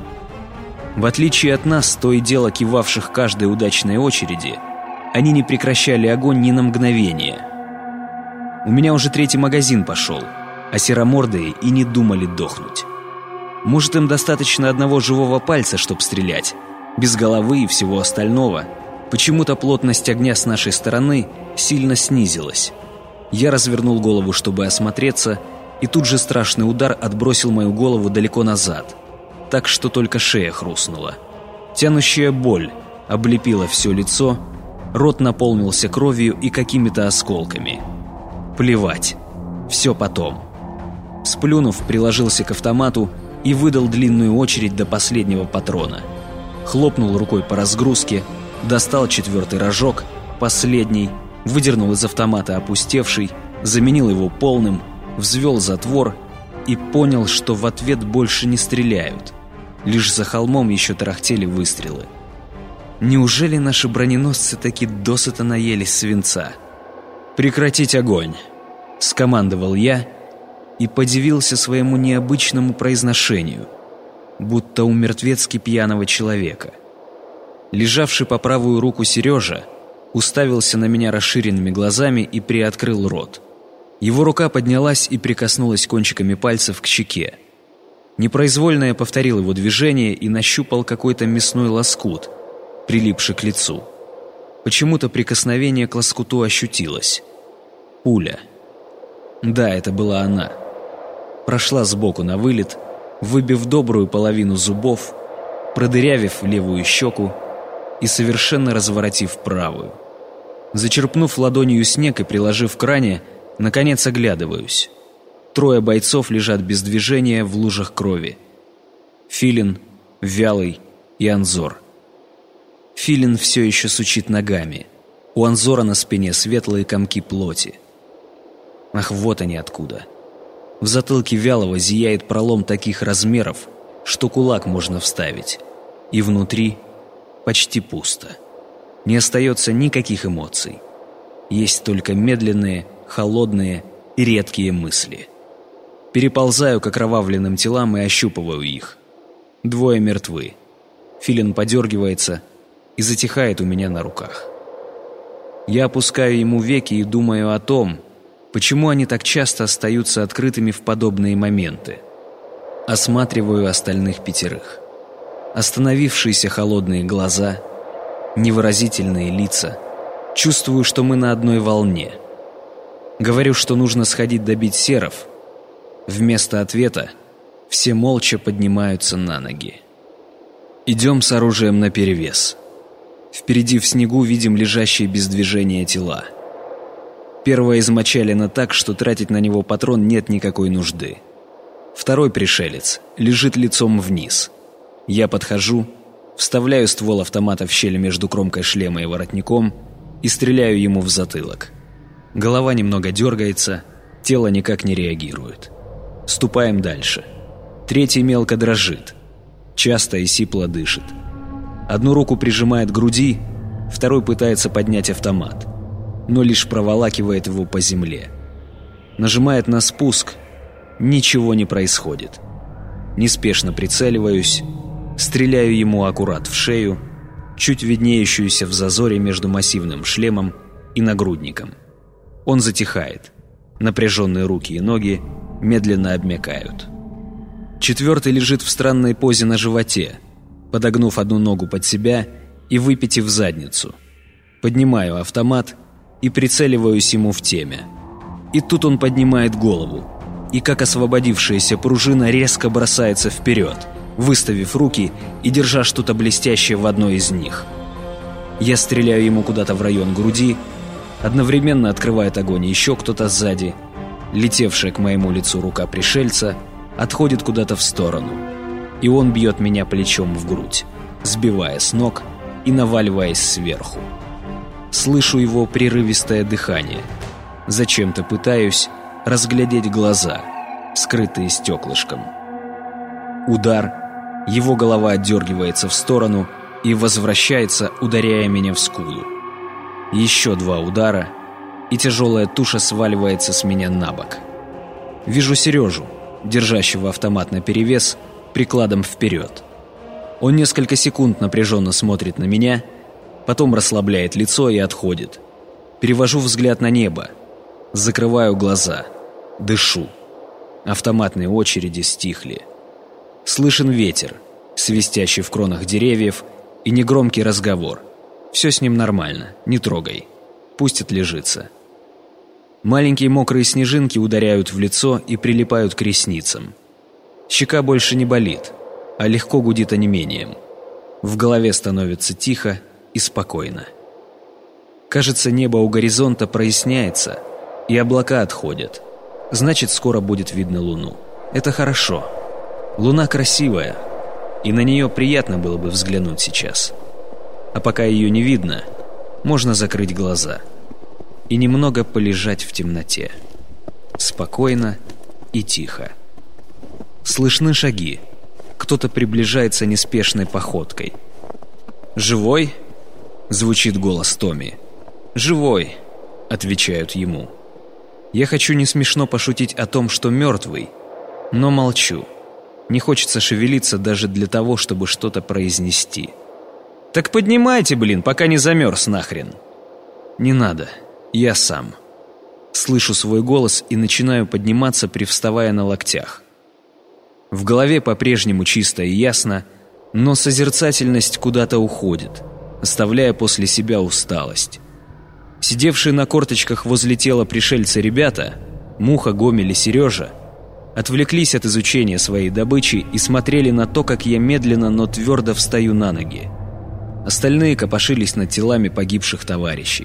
В отличие от нас, то и дело кивавших каждой удачной очереди, они не прекращали огонь ни на мгновение. У меня уже третий магазин пошел, а серомордые и не думали дохнуть. Может, им достаточно одного живого пальца, чтоб стрелять, без головы и всего остального. Почему-то плотность огня с нашей стороны сильно снизилась. Я развернул голову, чтобы осмотреться, и тут же страшный удар отбросил мою голову далеко назад, так что только шея хрустнула. Тянущая боль облепила все лицо, рот наполнился кровью и какими-то осколками. Плевать, все потом. Сплюнув, приложился к автомату и выдал длинную очередь до последнего патрона. Хлопнул рукой по разгрузке, достал четвертый рожок, последний, выдернул из автомата опустевший, заменил его полным, взвел затвор и понял, что в ответ больше не стреляют. Лишь за холмом еще тарахтели выстрелы. Неужели наши броненосцы таки досыта наелись свинца? «Прекратить огонь!» — скомандовал я и подивился своему необычному произношению, будто у мертвецки пьяного человека. Лежавший по правую руку Сережа уставился на меня расширенными глазами и приоткрыл рот. Его рука поднялась и прикоснулась кончиками пальцев к щеке. Непроизвольно я повторил его движение и нащупал какой-то мясной лоскут, прилипший к лицу. Почему-то прикосновение к лоскуту ощутилось. Пуля. Да, это была она. Прошла сбоку на вылет, выбив добрую половину зубов, продырявив левую щеку и совершенно разворотив правую. Зачерпнув ладонью снег и приложив к ране, наконец оглядываюсь. Трое бойцов лежат без движения в лужах крови. Филин, Вялый и Анзор. Филин все еще сучит ногами. У Анзора на спине светлые комки плоти. Ах, вот они откуда. В затылке Вялого зияет пролом таких размеров, что кулак можно вставить. И внутри почти пусто. Не остается никаких эмоций. Есть только медленные, холодные и редкие мысли. Переползаю к окровавленным телам и ощупываю их. Двое мертвы. Филин подергивается и затихает у меня на руках. Я опускаю ему веки и думаю о том, почему они так часто остаются открытыми в подобные моменты. Осматриваю остальных пятерых. Остановившиеся холодные глаза, невыразительные лица. Чувствую, что мы на одной волне. Говорю, что нужно сходить добить серов. Вместо ответа все молча поднимаются на ноги. Идем с оружием наперевес. Впереди в снегу видим лежащие без движения тела. Первое измочалено так, что тратить на него патрон нет никакой нужды. Второй пришелец лежит лицом вниз. Я подхожу, вставляю ствол автомата в щель между кромкой шлема и воротником и стреляю ему в затылок. Голова немного дергается, тело никак не реагирует. Ступаем дальше. Третий мелко дрожит, часто и сипло дышит. Одну руку прижимает к груди, второй пытается поднять автомат, но лишь проволакивает его по земле. Нажимает на спуск, ничего не происходит. Неспешно прицеливаюсь, стреляю ему аккурат в шею, чуть виднеющуюся в зазоре между массивным шлемом и нагрудником. Он затихает. Напряженные руки и ноги медленно обмякают. Четвертый лежит в странной позе на животе, подогнув одну ногу под себя и выпитив задницу. Поднимаю автомат и прицеливаюсь ему в темя. И тут он поднимает голову, и как освободившаяся пружина резко бросается вперед, выставив руки и держа что-то блестящее в одной из них. Я стреляю ему куда-то в район груди, одновременно открывает огонь еще кто-то сзади. Летевшая к моему лицу рука пришельца отходит куда-то в сторону, и он бьет меня плечом в грудь, сбивая с ног и наваливаясь сверху. Слышу его прерывистое дыхание. Зачем-то пытаюсь разглядеть глаза, скрытые стеклышком. Удар, его голова отдергивается в сторону и возвращается, ударяя меня в скулу. Еще два удара, и тяжелая туша сваливается с меня на бок. Вижу Сережу, держащего автомат наперевес, прикладом вперед. Он несколько секунд напряженно смотрит на меня, потом расслабляет лицо и отходит. Перевожу взгляд на небо, закрываю глаза, дышу. Автоматные очереди стихли. Слышен ветер, свистящий в кронах деревьев, и негромкий разговор. Все с ним нормально, не трогай. Пусть отлежится. Маленькие мокрые снежинки ударяют в лицо и прилипают к ресницам. Щека больше не болит, а легко гудит онемением. В голове становится тихо и спокойно. Кажется, небо у горизонта проясняется, и облака отходят. Значит, скоро будет видно луну. Это хорошо. Луна красивая, и на нее приятно было бы взглянуть сейчас. А пока ее не видно, можно закрыть глаза и немного полежать в темноте. Спокойно и тихо. Слышны шаги. Кто-то приближается неспешной походкой. «Живой?» — звучит голос Томми. «Живой», — отвечают ему. Я хочу не смешно пошутить о том, что мертвый, но молчу. Не хочется шевелиться даже для того, чтобы что-то произнести. «Так поднимайте, блин, пока не замерз нахрен!» «Не надо, я сам». Слышу свой голос и начинаю подниматься, привставая на локтях. В голове по-прежнему чисто и ясно, но созерцательность куда-то уходит, оставляя после себя усталость. Сидевшие на корточках возле тела пришельца ребята, Муха, Гомель и Сережа, отвлеклись от изучения своей добычи и смотрели на то, как я медленно, но твердо встаю на ноги. Остальные копошились над телами погибших товарищей.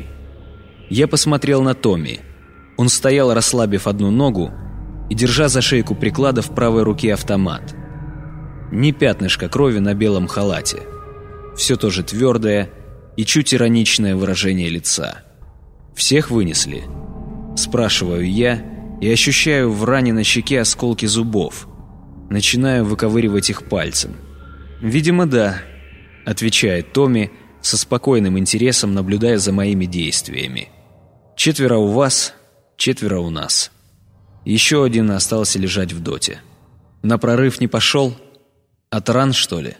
Я посмотрел на Томми. Он стоял, расслабив одну ногу и держа за шейку приклада в правой руке автомат. Ни пятнышка крови на белом халате. Все то же твердое и чуть ироничное выражение лица. «Всех вынесли?» Спрашиваю я и ощущаю в ране на щеке осколки зубов. Начинаю выковыривать их пальцем. «Видимо, да», — отвечает Томми со спокойным интересом, наблюдая за моими действиями. «Четверо у вас, четверо у нас. Еще один остался лежать в доте. На прорыв не пошел? От ран, что ли?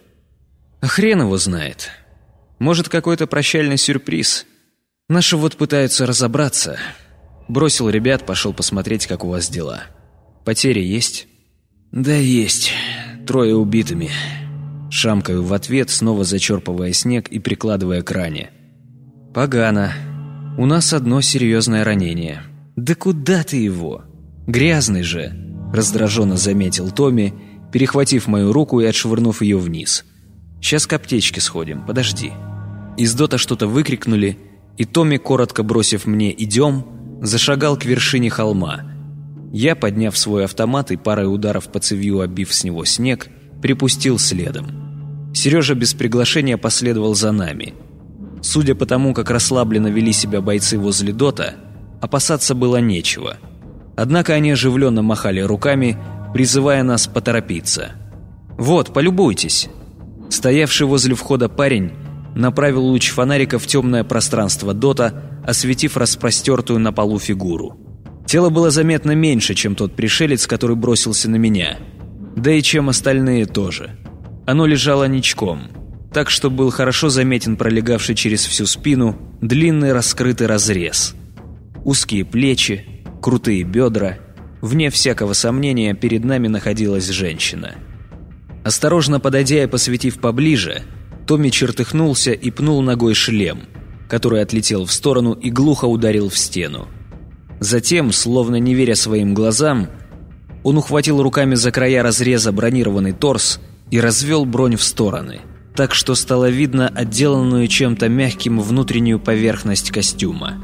А хрен его знает. Может, какой-то прощальный сюрприз. Наши вот пытаются разобраться. Бросил ребят, пошел посмотреть, как у вас дела. Потери есть?» «Да есть. Трое убитыми». Шамкаю в ответ, снова зачерпывая снег и прикладывая к ране. «Погано. У нас одно серьезное ранение». «Да куда ты его? Грязный же!» Раздраженно заметил Томми, перехватив мою руку и отшвырнув ее вниз. «Сейчас к аптечке сходим, подожди». Из дота что-то выкрикнули, и Томми, коротко бросив мне «идем», зашагал к вершине холма. Я, подняв свой автомат и парой ударов по цевью обив с него снег, припустил следом. Сережа без приглашения последовал за нами. Судя по тому, как расслабленно вели себя бойцы возле дота, опасаться было нечего. Однако они оживленно махали руками, призывая нас поторопиться. «Вот, полюбуйтесь!» Стоявший возле входа парень направил луч фонарика в темное пространство дота, осветив распростертую на полу фигуру. Тело было заметно меньше, чем тот пришелец, который бросился на меня. Да и чем остальные тоже. Оно лежало ничком, так что был хорошо заметен пролегавший через всю спину длинный раскрытый разрез. Узкие плечи, крутые бедра. Вне всякого сомнения, перед нами находилась женщина. Осторожно подойдя и посветив поближе, Томми чертыхнулся и пнул ногой шлем, который отлетел в сторону и глухо ударил в стену. Затем, словно не веря своим глазам, он ухватил руками за края разреза бронированный торс и развел бронь в стороны, так что стало видно отделанную чем-то мягким внутреннюю поверхность костюма.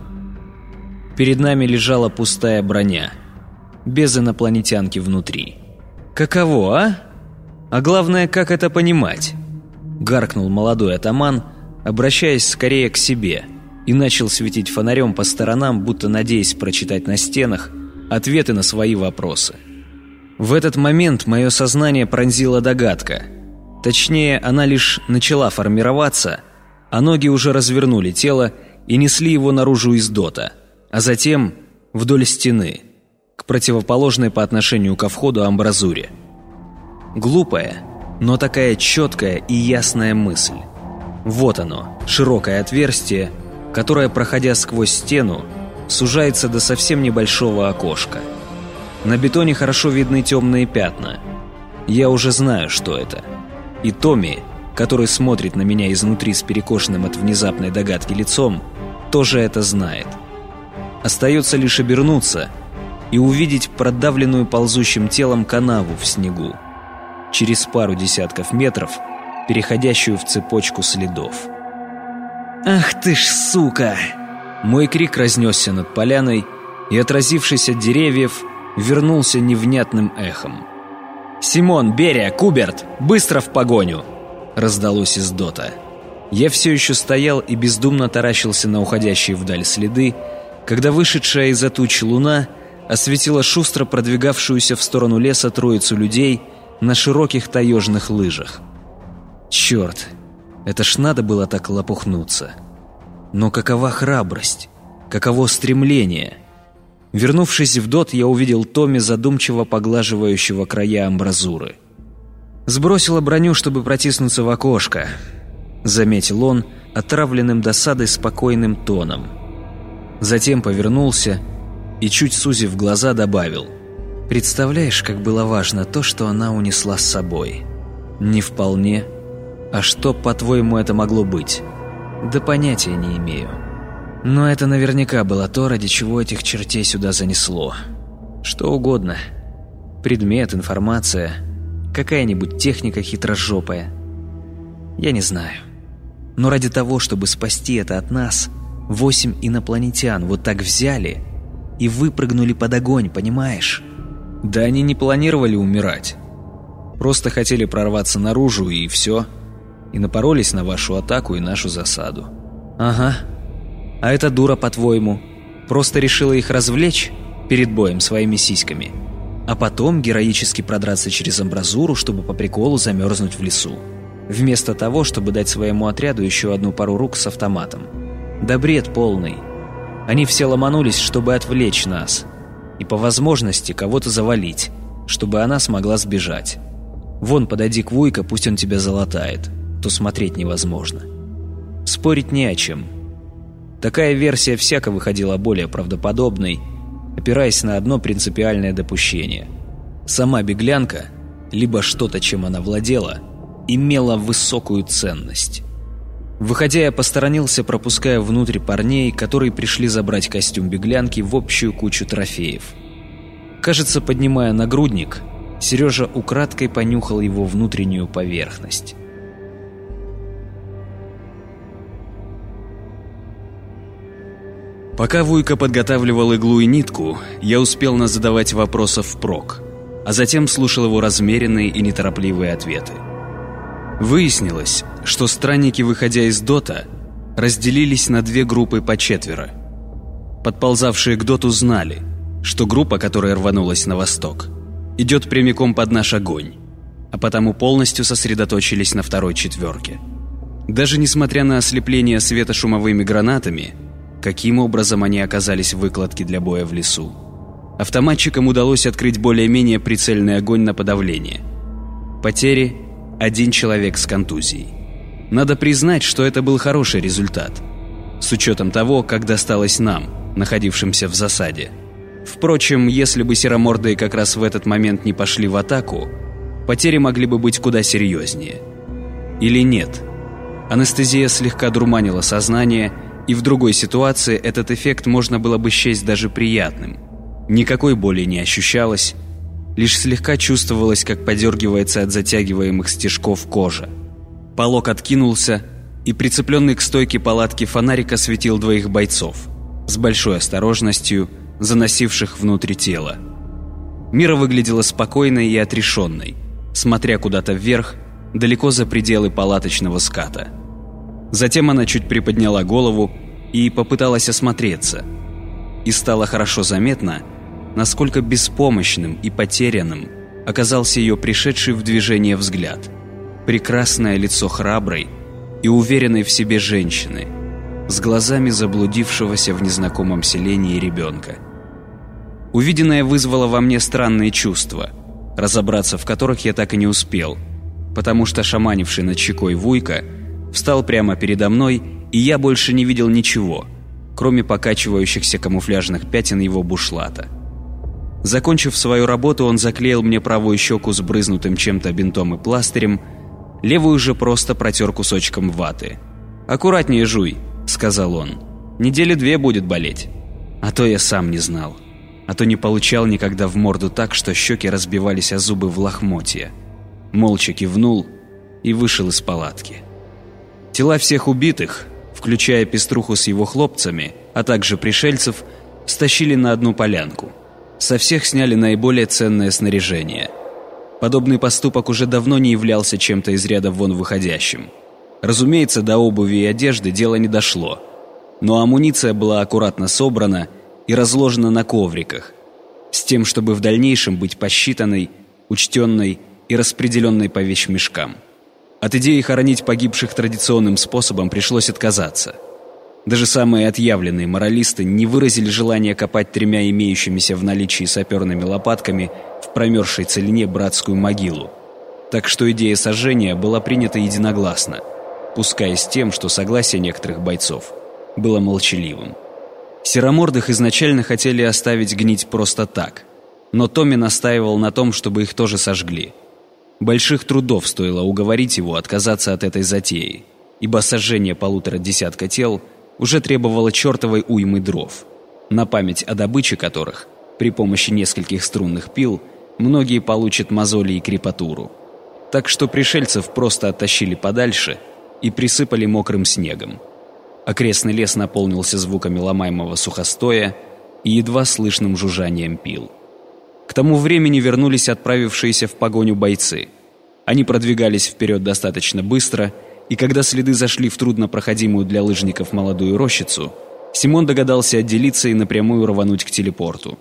Перед нами лежала пустая броня, без инопланетянки внутри. «Каково, а? А главное, как это понимать?» Гаркнул молодой атаман, обращаясь скорее к себе, и начал светить фонарем по сторонам, будто надеясь прочитать на стенах ответы на свои вопросы. В этот момент мое сознание пронзила догадка. Точнее, она лишь начала формироваться, а ноги уже развернули тело и несли его наружу из дота, а затем вдоль стены, к противоположной по отношению ко входу амбразуре. Глупая, но такая четкая и ясная мысль. Вот оно, широкое отверстие, которое, проходя сквозь стену, сужается до совсем небольшого окошка. На бетоне хорошо видны темные пятна. Я уже знаю, что это. И Томми, который смотрит на меня изнутри с перекошенным от внезапной догадки лицом, тоже это знает. Остается лишь обернуться и увидеть продавленную ползущим телом канаву в снегу, через пару десятков метров, переходящую в цепочку следов. «Ах ты ж сука!» Мой крик разнесся над поляной и, отразившись от деревьев, вернулся невнятным эхом. «Симон, Берия, Куберт, быстро в погоню!» раздалось из дота. Я все еще стоял и бездумно таращился на уходящие вдаль следы, когда вышедшая из-за туч луна осветила шустро продвигавшуюся в сторону леса троицу людей на широких таежных лыжах. Черт, это ж надо было так лопухнуться. Но какова храбрость, каково стремление? Вернувшись в дот, я увидел Томми, задумчиво поглаживающего края амбразуры. «Сбросила броню, чтобы протиснуться в окошко», — заметил он отравленным досадой спокойным тоном. Затем повернулся и, чуть сузив глаза, добавил: «Представляешь, как было важно то, что она унесла с собой?» «Не вполне. А что, по-твоему, это могло быть?» «Да понятия не имею. Но это наверняка было то, ради чего этих чертей сюда занесло. Что угодно. Предмет, информация, какая-нибудь техника хитрожопая. Я не знаю. Но ради того, чтобы спасти это от нас, восемь инопланетян вот так взяли и выпрыгнули под огонь, понимаешь?» «Да они не планировали умирать. Просто хотели прорваться наружу, и все. И напоролись на вашу атаку и нашу засаду». «Ага. А эта дура, по-твоему, просто решила их развлечь перед боем своими сиськами, а потом героически продраться через амбразуру, чтобы по приколу замерзнуть в лесу, вместо того, чтобы дать своему отряду еще одну пару рук с автоматом? Да бред полный. Они все ломанулись, чтобы отвлечь нас и по возможности кого-то завалить, чтобы она смогла сбежать. Вон, подойди к Вуйко, пусть он тебя залатает, то смотреть невозможно. Спорить не о чем. Такая версия всяко выходила более правдоподобной, опираясь на одно принципиальное допущение. Сама беглянка, либо что-то, чем она владела, имела высокую ценность. Выходя, я посторонился, пропуская внутрь парней, которые пришли забрать костюм беглянки в общую кучу трофеев. Кажется, поднимая нагрудник, Сережа украдкой понюхал его внутреннюю поверхность. Пока Вуйко подготавливал иглу и нитку, я успел назадавать вопросов впрок, а затем слушал его размеренные и неторопливые ответы. Выяснилось, что странники, выходя из дота, разделились на две группы по четверо. Подползавшие к доту знали, что группа, которая рванулась на восток, идет прямиком под наш огонь, а потому полностью сосредоточились на второй четверке. Даже несмотря на ослепление светошумовыми гранатами, каким образом они оказались в выкладке для боя в лесу, автоматчикам удалось открыть более-менее прицельный огонь на подавление. Потери – один человек с контузией. Надо признать, что это был хороший результат, с учетом того, как досталось нам, находившимся в засаде. Впрочем, если бы серомордые как раз в этот момент не пошли в атаку, потери могли бы быть куда серьезнее. Или нет? Анестезия слегка дурманила сознание, и в другой ситуации этот эффект можно было бы счесть даже приятным. Никакой боли не ощущалось, лишь слегка чувствовалось, как подергивается от затягиваемых стежков кожа. Полог откинулся, и прицепленный к стойке палатки фонарик осветил двоих бойцов, с большой осторожностью заносивших внутрь тела. Мира выглядела спокойной и отрешенной, смотря куда-то вверх, далеко за пределы палаточного ската. Затем она чуть приподняла голову и попыталась осмотреться. И стало хорошо заметно, насколько беспомощным и потерянным оказался ее пришедший в движение взгляд. Прекрасное лицо храброй и уверенной в себе женщины, с глазами заблудившегося в незнакомом селении ребенка. Увиденное вызвало во мне странные чувства, разобраться в которых я так и не успел, потому что шаманивший над щекой Вуйко встал прямо передо мной, и я больше не видел ничего, кроме покачивающихся камуфляжных пятен его бушлата. Закончив свою работу, он заклеил мне правую щеку сбрызнутым чем-то бинтом и пластырем, левую же просто протер кусочком ваты. «Аккуратнее жуй», — сказал он. «Недели две будет болеть». А то я сам не знал. А то не получал никогда в морду так, что щеки разбивались о зубы в лохмотья. Молча кивнул и вышел из палатки. Тела всех убитых, включая пеструху с его хлопцами, а также пришельцев, стащили на одну полянку. Со всех сняли наиболее ценное снаряжение. Подобный поступок уже давно не являлся чем-то из ряда вон выходящим. Разумеется, до обуви и одежды дело не дошло. Но амуниция была аккуратно собрана и разложена на ковриках, с тем, чтобы в дальнейшем быть посчитанной, учтенной и распределенной по вещмешкам. От идеи хоронить погибших традиционным способом пришлось отказаться. Даже самые отъявленные моралисты не выразили желания копать тремя имеющимися в наличии саперными лопатками в промерзшей целине братскую могилу. Так что идея сожжения была принята единогласно, пускай с тем, что согласие некоторых бойцов было молчаливым. Серомордых изначально хотели оставить гнить просто так, но Томми настаивал на том, чтобы их тоже сожгли. Больших трудов стоило уговорить его отказаться от этой затеи, ибо сожжение полутора десятка тел уже требовало чертовой уймы дров, на память о добыче которых, при помощи нескольких струнных пил, многие получат мозоли и крепатуру. Так что пришельцев просто оттащили подальше и присыпали мокрым снегом. Окрестный лес наполнился звуками ломаемого сухостоя и едва слышным жужжанием пил. К тому времени вернулись отправившиеся в погоню бойцы. Они продвигались вперед достаточно быстро, и когда следы зашли в труднопроходимую для лыжников молодую рощицу, Симон догадался отделиться и напрямую рвануть к телепорту.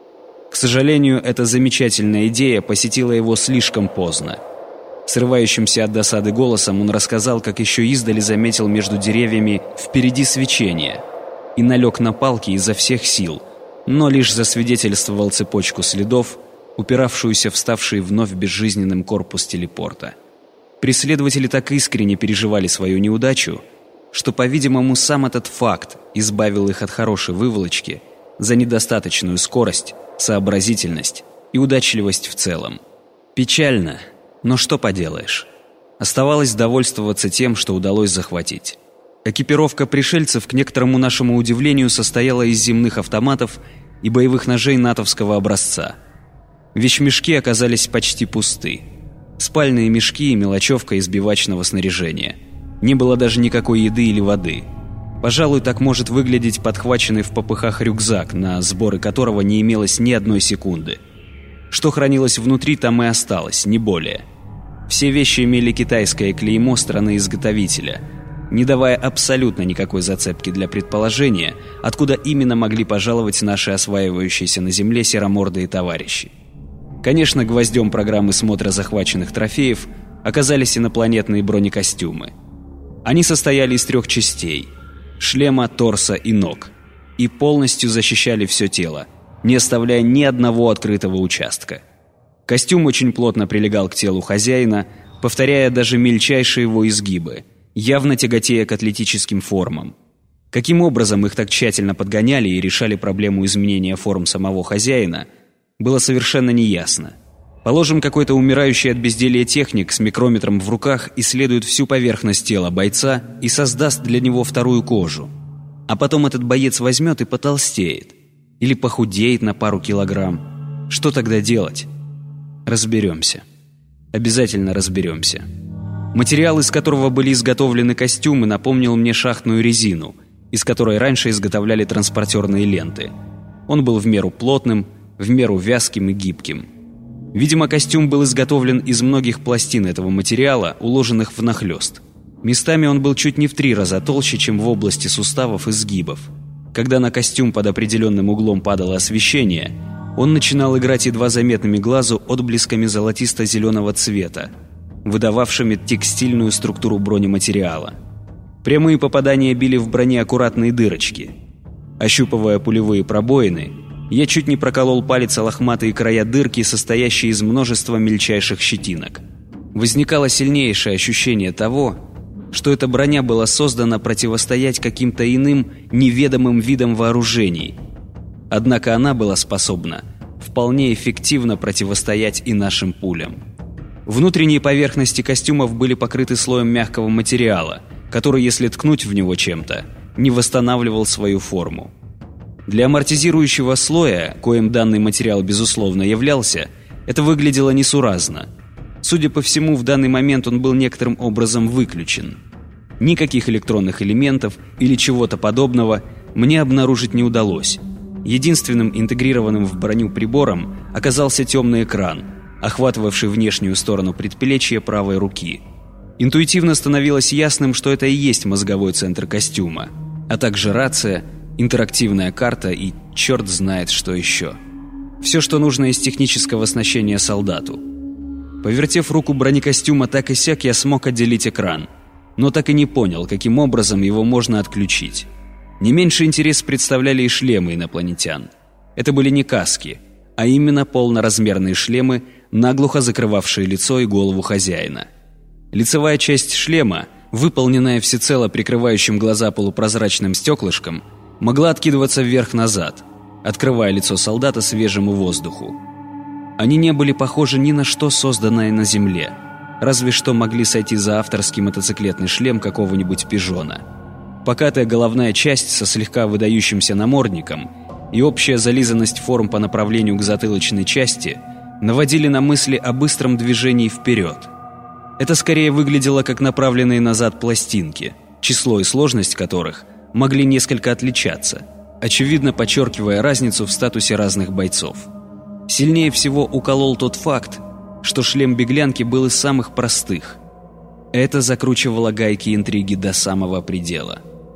К сожалению, эта замечательная идея посетила его слишком поздно. Срывающимся от досады голосом он рассказал, как еще издали заметил между деревьями впереди свечение и налег на палки изо всех сил, но лишь засвидетельствовал цепочку следов, упиравшуюся в ставший вновь безжизненным корпус телепорта. Преследователи так искренне переживали свою неудачу, что, по-видимому, сам этот факт избавил их от хорошей выволочки за недостаточную скорость, сообразительность и удачливость в целом. Печально, но что поделаешь. Оставалось довольствоваться тем, что удалось захватить. Экипировка пришельцев, к некоторому нашему удивлению, состояла из земных автоматов и боевых ножей натовского образца. Вещмешки оказались почти пусты. Спальные мешки и мелочевка из бивачного снаряжения. Не было даже никакой еды или воды. Пожалуй, так может выглядеть подхваченный в попыхах рюкзак, на сборы которого не имелось ни одной секунды. Что хранилось внутри, там и осталось, не более. Все вещи имели китайское клеймо страны-изготовителя, не давая абсолютно никакой зацепки для предположения, откуда именно могли пожаловать наши осваивающиеся на земле серомордые товарищи. Конечно, гвоздем программы смотра захваченных трофеев оказались инопланетные бронекостюмы. Они состояли из трех частей – шлема, торса и ног, и полностью защищали все тело, не оставляя ни одного открытого участка. Костюм очень плотно прилегал к телу хозяина, повторяя даже мельчайшие его изгибы, явно тяготея к атлетическим формам. Каким образом их так тщательно подгоняли и решали проблему изменения форм самого хозяина, было совершенно неясно. Положим, какой-то умирающий от безделья техник с микрометром в руках исследует всю поверхность тела бойца и создаст для него вторую кожу. А потом этот боец возьмет и потолстеет. Или похудеет на пару килограмм. Что тогда делать? Разберемся. Обязательно разберемся. Материал, из которого были изготовлены костюмы, напомнил мне шахтную резину, из которой раньше изготовляли транспортерные ленты. Он был в меру плотным, в меру вязким и гибким. Видимо, костюм был изготовлен из многих пластин этого материала, уложенных внахлёст. Местами он был чуть не в три раза толще, чем в области суставов и сгибов. Когда на костюм под определенным углом падало освещение, он начинал играть едва заметными глазу отблесками золотисто-зеленого цвета, выдававшими текстильную структуру бронематериала. Прямые попадания били в броне аккуратные дырочки. Ощупывая пулевые пробоины, я чуть не проколол палец о лохматые края дырки, состоящие из множества мельчайших щетинок. Возникало сильнейшее ощущение того, что эта броня была создана противостоять каким-то иным, неведомым видам вооружений. Однако она была способна в вполне эффективно противостоять и нашим пулям. Внутренние поверхности костюмов были покрыты слоем мягкого материала, который, если ткнуть в него чем-то, не восстанавливал свою форму. Для амортизирующего слоя, коим данный материал безусловно являлся, это выглядело несуразно. Судя по всему, в данный момент он был некоторым образом выключен. Никаких электронных элементов или чего-то подобного мне обнаружить не удалось. Единственным интегрированным в броню прибором оказался темный экран, охватывавший внешнюю сторону предплечья правой руки. Интуитивно становилось ясным, что это и есть мозговой центр костюма, а также рация, интерактивная карта и черт знает что еще. Все, что нужно из технического оснащения солдату. Повертев руку бронекостюма так и сяк, я смог отделить экран, но так и не понял, каким образом его можно отключить. Не меньший интерес представляли и шлемы инопланетян. Это были не каски, а именно полноразмерные шлемы, наглухо закрывавшие лицо и голову хозяина. Лицевая часть шлема, выполненная всецело прикрывающим глаза полупрозрачным стеклышком, могла откидываться вверх-назад, открывая лицо солдата свежему воздуху. Они не были похожи ни на что созданное на Земле, разве что могли сойти за авторский мотоциклетный шлем какого-нибудь пижона. Покатая головная часть со слегка выдающимся намордником и общая зализанность форм по направлению к затылочной части наводили на мысли о быстром движении вперед. Это скорее выглядело как направленные назад пластинки, число и сложность которых могли несколько отличаться, очевидно подчеркивая разницу в статусе разных бойцов. Сильнее всего уколол тот факт, что шлем беглянки был из самых простых. Это закручивало гайки интриги до самого предела.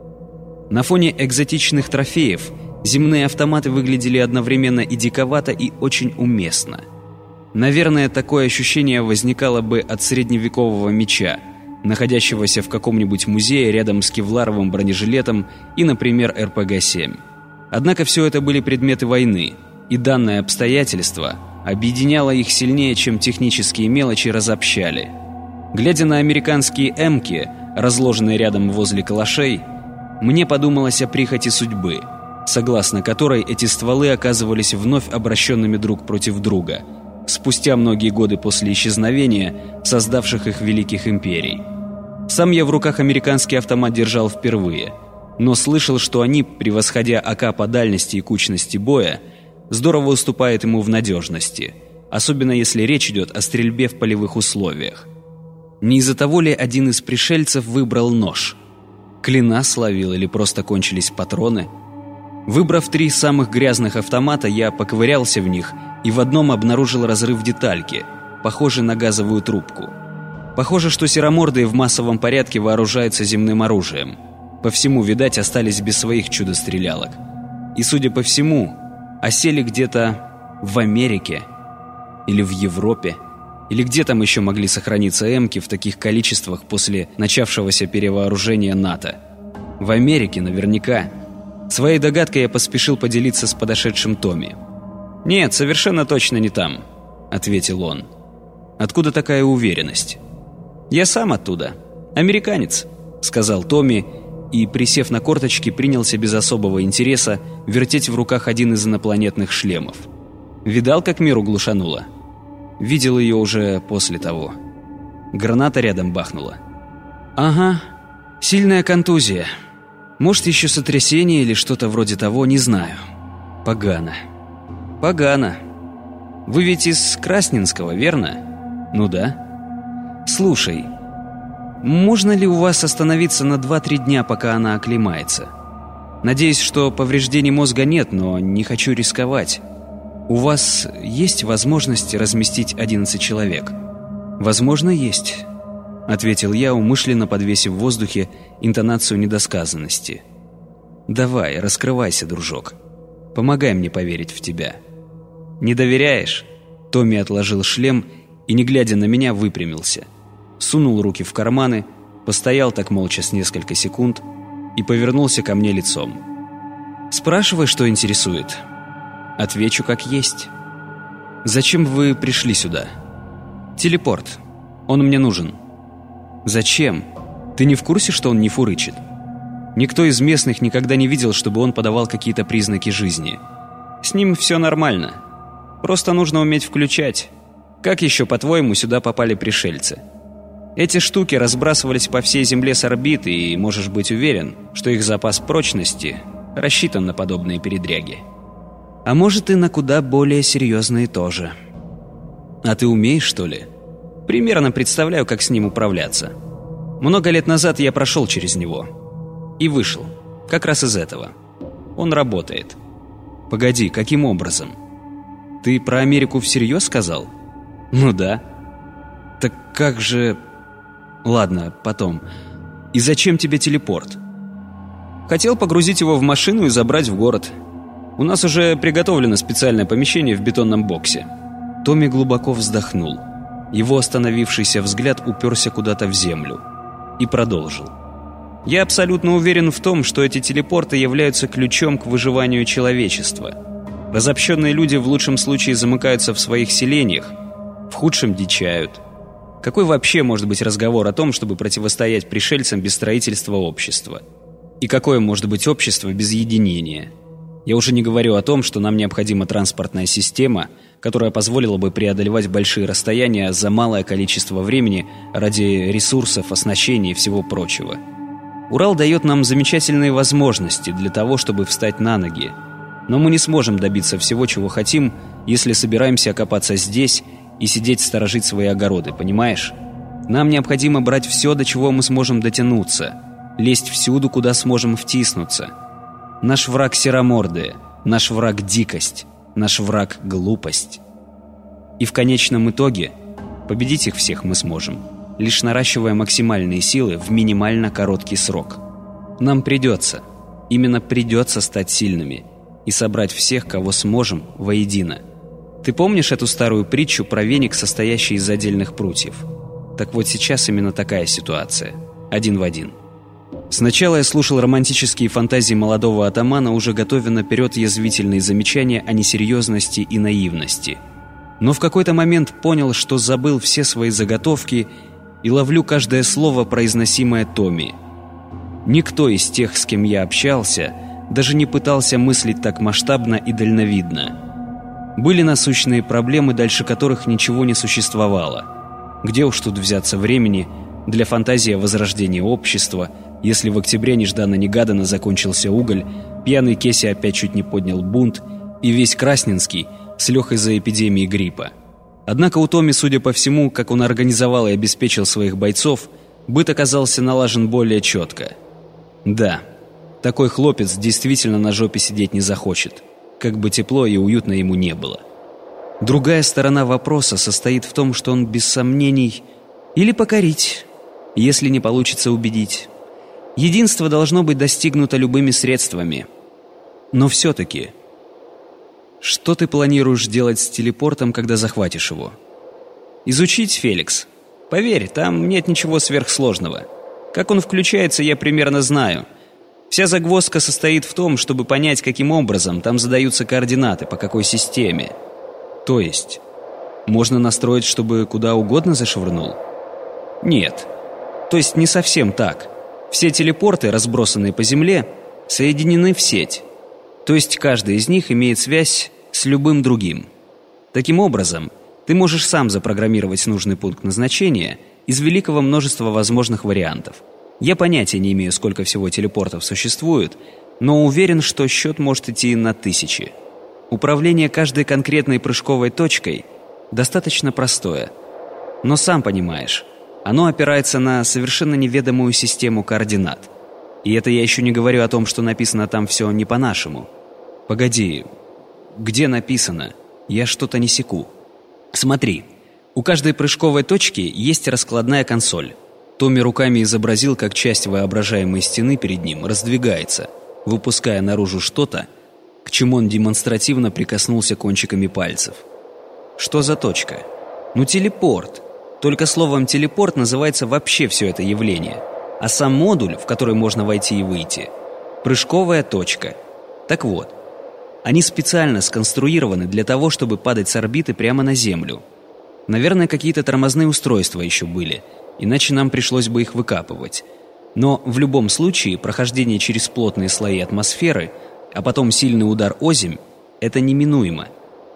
На фоне экзотичных трофеев земные автоматы выглядели одновременно и диковато, и очень уместно. Наверное, такое ощущение возникало бы от средневекового меча, находящегося в каком-нибудь музее рядом с кевларовым бронежилетом и, например, эр пэ гэ семь. Однако все это были предметы войны, и данное обстоятельство объединяло их сильнее, чем технические мелочи разобщали. Глядя на американские эмки, разложенные рядом возле калашей, мне подумалось о прихоти судьбы, согласно которой эти стволы оказывались вновь обращенными друг против друга, спустя многие годы после исчезновения создавших их великих империй. Сам я в руках американский автомат держал впервые, но слышал, что они, превосходя АК по дальности и кучности боя, здорово уступают ему в надежности, особенно если речь идет о стрельбе в полевых условиях. Не из-за того ли один из пришельцев выбрал нож? Клина словил или просто кончились патроны? Выбрав три самых грязных автомата, я поковырялся в них и в одном обнаружил разрыв детальки, похожий на газовую трубку. Похоже, что серомордые в массовом порядке вооружаются земным оружием. По всему, видать, остались без своих чудо-стрелялок. И, судя по всему, осели где-то в Америке или в Европе, или где там еще могли сохраниться эмки в таких количествах после начавшегося перевооружения НАТО. В Америке наверняка. Своей догадкой я поспешил поделиться с подошедшим Томми. «Нет, совершенно точно не там», — ответил он. «Откуда такая уверенность?» «Я сам оттуда. Американец», — сказал Томми, и, присев на корточки, принялся без особого интереса вертеть в руках один из инопланетных шлемов. «Видал, как миру глушануло?» «Видел ее уже после того. Граната рядом бахнула». «Ага, сильная контузия. Может, еще сотрясение или что-то вроде того, не знаю. Погано». «Погано. Вы ведь из Красненского, верно?» «Ну да». «Слушай, можно ли у вас остановиться на два-три дня, пока она оклемается? Надеюсь, что повреждений мозга нет, но не хочу рисковать. У вас есть возможность разместить одиннадцать человек?» «Возможно, есть», — ответил я, умышленно подвесив в воздухе интонацию недосказанности. «Давай, раскрывайся, дружок. Помогай мне поверить в тебя». «Не доверяешь?» Томми отложил шлем и, не глядя на меня, выпрямился. Сунул руки в карманы, постоял так молча с несколько секунд и повернулся ко мне лицом. «Спрашивай, что интересует. Отвечу как есть. Зачем вы пришли сюда?» «Телепорт. Он мне нужен». «Зачем? Ты не в курсе, что он не фурычит? Никто из местных никогда не видел, чтобы он подавал какие-то признаки жизни. С ним все нормально. Просто нужно уметь включать. Как еще, по-твоему, сюда попали пришельцы? Эти штуки разбрасывались по всей Земле с орбиты, и можешь быть уверен, что их запас прочности рассчитан на подобные передряги. А может, и на куда более серьезные тоже. А ты умеешь, что ли? Примерно представляю, как с ним управляться. Много лет назад я прошел через него. И вышел. Как раз из этого. Он работает. Погоди, каким образом? Ты про Америку всерьез сказал? Ну да. Так как же... Ладно, потом. И зачем тебе телепорт? Хотел погрузить его в машину и забрать в город. У нас уже приготовлено специальное помещение в бетонном боксе. Томми глубоко вздохнул. Его остановившийся взгляд уперся куда-то в землю. И продолжил. Я абсолютно уверен в том, что эти телепорты являются ключом к выживанию человечества. Разобщенные люди в лучшем случае замыкаются в своих селениях, в худшем дичают. Какой вообще может быть разговор о том, чтобы противостоять пришельцам без строительства общества? И какое может быть общество без единения? Я уже не говорю о том, что нам необходима транспортная система, которая позволила бы преодолевать большие расстояния за малое количество времени ради ресурсов, оснащения и всего прочего. Урал дает нам замечательные возможности для того, чтобы встать на ноги. Но мы не сможем добиться всего, чего хотим, если собираемся окопаться здесь и сидеть сторожить свои огороды, понимаешь? Нам необходимо брать все, до чего мы сможем дотянуться, лезть всюду, куда сможем втиснуться. Наш враг серомордые, наш враг дикость, наш враг глупость. И в конечном итоге победить их всех мы сможем, лишь наращивая максимальные силы в минимально короткий срок. Нам придется, именно придется стать сильными и собрать всех, кого сможем, воедино. Ты помнишь эту старую притчу про веник, состоящий из отдельных прутьев? Так вот сейчас именно такая ситуация. Один в один. Сначала я слушал романтические фантазии молодого атамана, уже готовя наперед язвительные замечания о несерьезности и наивности. Но в какой-то момент понял, что забыл все свои заготовки и ловлю каждое слово, произносимое Томми. Никто из тех, с кем я общался, даже не пытался мыслить так масштабно и дальновидно. Были насущные проблемы, дальше которых ничего не существовало. Где уж тут взяться времени для фантазии о возрождении общества, если в октябре нежданно-негаданно закончился уголь, пьяный Кеся опять чуть не поднял бунт, и весь Красненский слег из-за эпидемии гриппа. Однако у Томми, судя по всему, как он организовал и обеспечил своих бойцов, быт оказался налажен более четко. Да, такой хлопец действительно на жопе сидеть не захочет, как бы тепло и уютно ему не было. Другая сторона вопроса состоит в том, что он без сомнений или покорить, если не получится убедить. Единство должно быть достигнуто любыми средствами. Но все-таки, что ты планируешь делать с телепортом, когда захватишь его? Изучить, Феликс? Поверь, там нет ничего сверхсложного. Как он включается, я примерно знаю. Вся загвоздка состоит в том, чтобы понять, каким образом там задаются координаты, по какой системе. То есть, можно настроить, чтобы куда угодно зашвырнул? Нет. То есть не совсем так. Все телепорты, разбросанные по Земле, соединены в сеть. То есть каждый из них имеет связь с любым другим. Таким образом, ты можешь сам запрограммировать нужный пункт назначения из великого множества возможных вариантов. Я понятия не имею, сколько всего телепортов существует, но уверен, что счет может идти на тысячи. Управление каждой конкретной прыжковой точкой достаточно простое. Но сам понимаешь, оно опирается на совершенно неведомую систему координат. И это я еще не говорю о том, что написано там все не по-нашему. Погоди, где написано? Я что-то не секу. Смотри, у каждой прыжковой точки есть раскладная консоль. Томми руками изобразил, как часть воображаемой стены перед ним раздвигается, выпуская наружу что-то, к чему он демонстративно прикоснулся кончиками пальцев. Что за точка? Ну, телепорт. Только словом «телепорт» называется вообще все это явление. А сам модуль, в который можно войти и выйти – прыжковая точка. Так вот, они специально сконструированы для того, чтобы падать с орбиты прямо на Землю. Наверное, какие-то тормозные устройства еще были, иначе нам пришлось бы их выкапывать. Но в любом случае прохождение через плотные слои атмосферы, а потом сильный удар озимь – это неминуемо.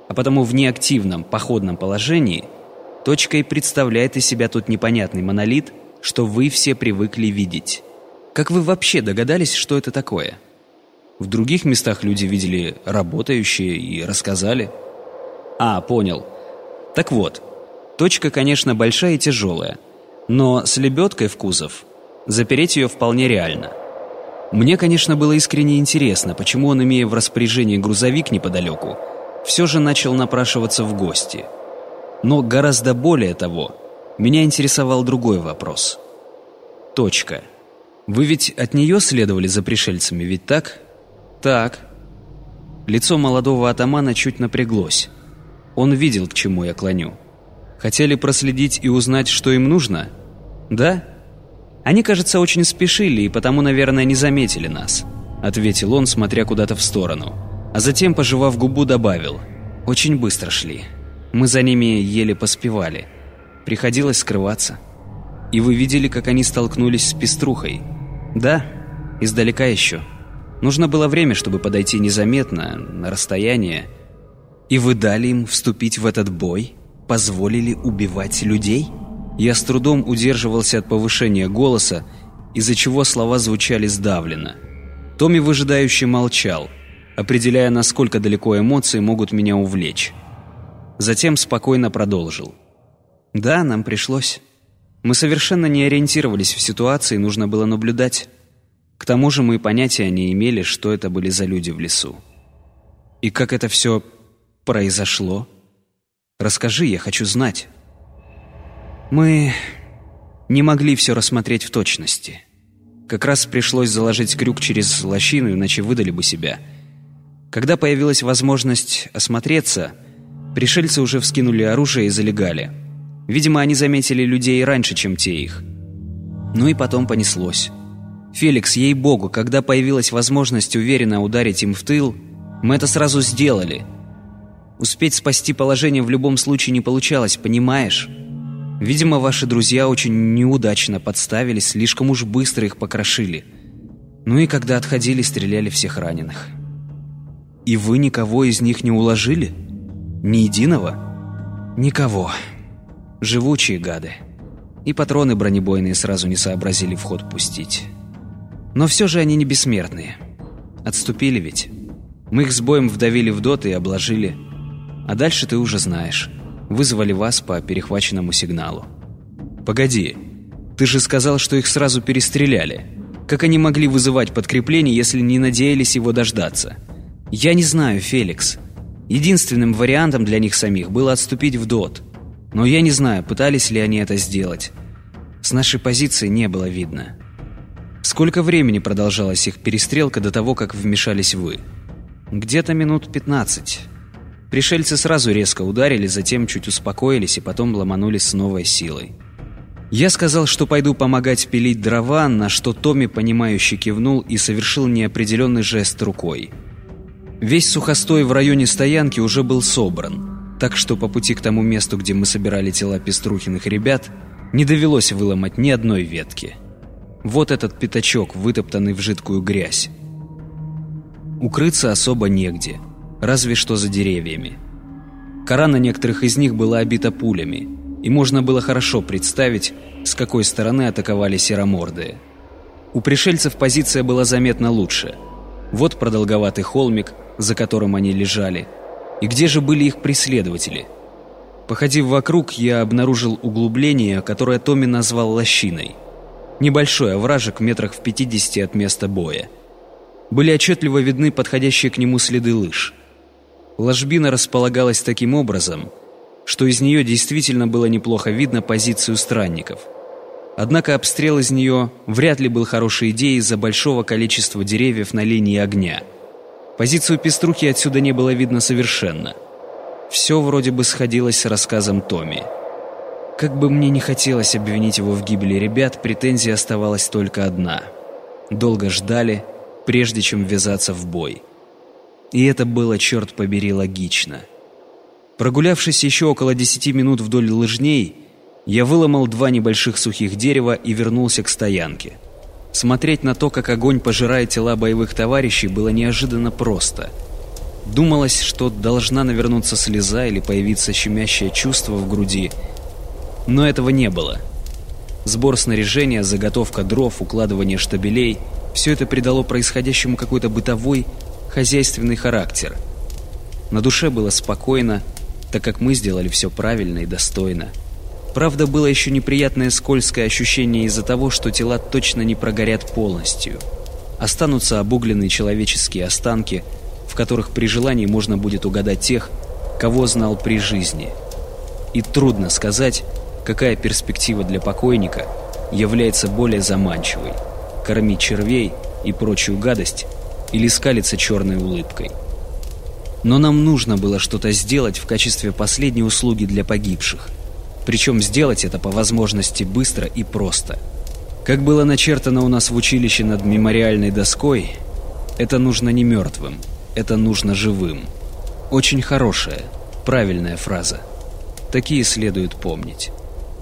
а потому в неактивном походном положении, точка и представляет из себя тот непонятный монолит, что вы все привыкли видеть. Как вы вообще догадались, что это такое? В других местах люди видели работающие и рассказали. А, понял. Так вот, точка, конечно, большая и тяжелая, но с лебедкой в кузов запереть ее вполне реально. Мне, конечно, было искренне интересно, почему он, имея в распоряжении грузовик неподалеку, все же начал напрашиваться в гости. Но гораздо более того, меня интересовал другой вопрос. Точка. Вы ведь от нее следовали за пришельцами, ведь так? Так. Лицо молодого атамана чуть напряглось. Он видел, к чему я клоню. Хотели проследить и узнать, что им нужно? Да? Они, кажется, очень спешили и потому, наверное, не заметили нас, ответил он, смотря куда-то в сторону. А затем, пожевав губу, добавил: очень быстро шли. Мы за ними еле поспевали. Приходилось скрываться. И вы видели, как они столкнулись с пеструхой? Да, издалека еще. Нужно было время, чтобы подойти незаметно, на расстояние. И вы дали им вступить в этот бой? Позволили убивать людей? Я с трудом удерживался от повышения голоса, из-за чего слова звучали сдавленно. Томми выжидающе молчал, определяя, насколько далеко эмоции могут меня увлечь. Затем спокойно продолжил. Да, нам пришлось. Мы совершенно не ориентировались в ситуации, нужно было наблюдать. К тому же мы понятия не имели, что это были за люди в лесу. И как это все произошло? Расскажи, я хочу знать. Мы не могли все рассмотреть в точности. Как раз пришлось заложить крюк через лощину, иначе выдали бы себя. Когда появилась возможность осмотреться, пришельцы уже вскинули оружие и залегали. Видимо, они заметили людей раньше, чем те их. Ну и потом понеслось. Феликс, ей-богу, когда появилась возможность уверенно ударить им в тыл, мы это сразу сделали. Успеть спасти положение в любом случае не получалось, понимаешь? Видимо, ваши друзья очень неудачно подставились, слишком уж быстро их покрошили. Ну и когда отходили, стреляли всех раненых. И вы никого из них не уложили? Ни единого? Никого. Живучие гады. И патроны бронебойные сразу не сообразили в ход пустить. Но все же они не бессмертные. Отступили ведь. Мы их с боем вдавили в дот и обложили. А дальше ты уже знаешь. Вызвали вас по перехваченному сигналу. Погоди, ты же сказал, что их сразу перестреляли. Как они могли вызывать подкрепление, если не надеялись его дождаться? Я не знаю, Феликс. Единственным вариантом для них самих было отступить в дот. Но я не знаю, пытались ли они это сделать. С нашей позиции не было видно. Сколько времени продолжалась их перестрелка до того, как вмешались вы? Где-то минут пятнадцать. Пришельцы сразу резко ударили, затем чуть успокоились и потом ломанулись с новой силой. Я сказал, что пойду помогать пилить дрова, на что Томми, понимающе кивнул и совершил неопределенный жест рукой. Весь сухостой в районе стоянки уже был собран, так что по пути к тому месту, где мы собирали тела Пеструхиных ребят, не довелось выломать ни одной ветки. Вот этот пятачок, вытоптанный в жидкую грязь. Укрыться особо негде. Разве что за деревьями. Кора на некоторых из них была обита пулями, и можно было хорошо представить, с какой стороны атаковали серомордые. У пришельцев позиция была заметно лучше. Вот продолговатый холмик, за которым они лежали. И где же были их преследователи? Походив вокруг, я обнаружил углубление, которое Томми назвал лощиной. Небольшой овражек в метрах в пятидесяти от места боя. Были отчетливо видны подходящие к нему следы лыж. Ложбина располагалась таким образом, что из нее действительно было неплохо видно позицию странников. Однако обстрел из нее вряд ли был хорошей идеей из-за большого количества деревьев на линии огня. Позицию Пеструхи отсюда не было видно совершенно. Все вроде бы сходилось с рассказом Томми. Как бы мне не хотелось обвинить его в гибели ребят, претензия оставалась только одна. Долго ждали, прежде чем ввязаться в бой. И это было, черт побери, логично. Прогулявшись еще около десяти минут вдоль лыжней, я выломал два небольших сухих дерева и вернулся к стоянке. Смотреть на то, как огонь пожирает тела боевых товарищей, было неожиданно просто. Думалось, что должна навернуться слеза или появиться щемящее чувство в груди, но этого не было. Сбор снаряжения, заготовка дров, укладывание штабелей – все это придало происходящему какой-то бытовой, хозяйственный характер. На душе было спокойно, так как мы сделали все правильно и достойно. Правда, было еще неприятное скользкое ощущение из-за того, что тела точно не прогорят полностью. Останутся обугленные человеческие останки, в которых при желании можно будет угадать тех, кого знал при жизни. И трудно сказать, какая перспектива для покойника является более заманчивой – кормить червей и прочую гадость или скалиться черной улыбкой. Но нам нужно было что-то сделать в качестве последней услуги для погибших. Причем сделать это по возможности быстро и просто. Как было начертано у нас в училище над мемориальной доской, это нужно не мертвым, это нужно живым. Очень хорошая, правильная фраза. Такие следует помнить.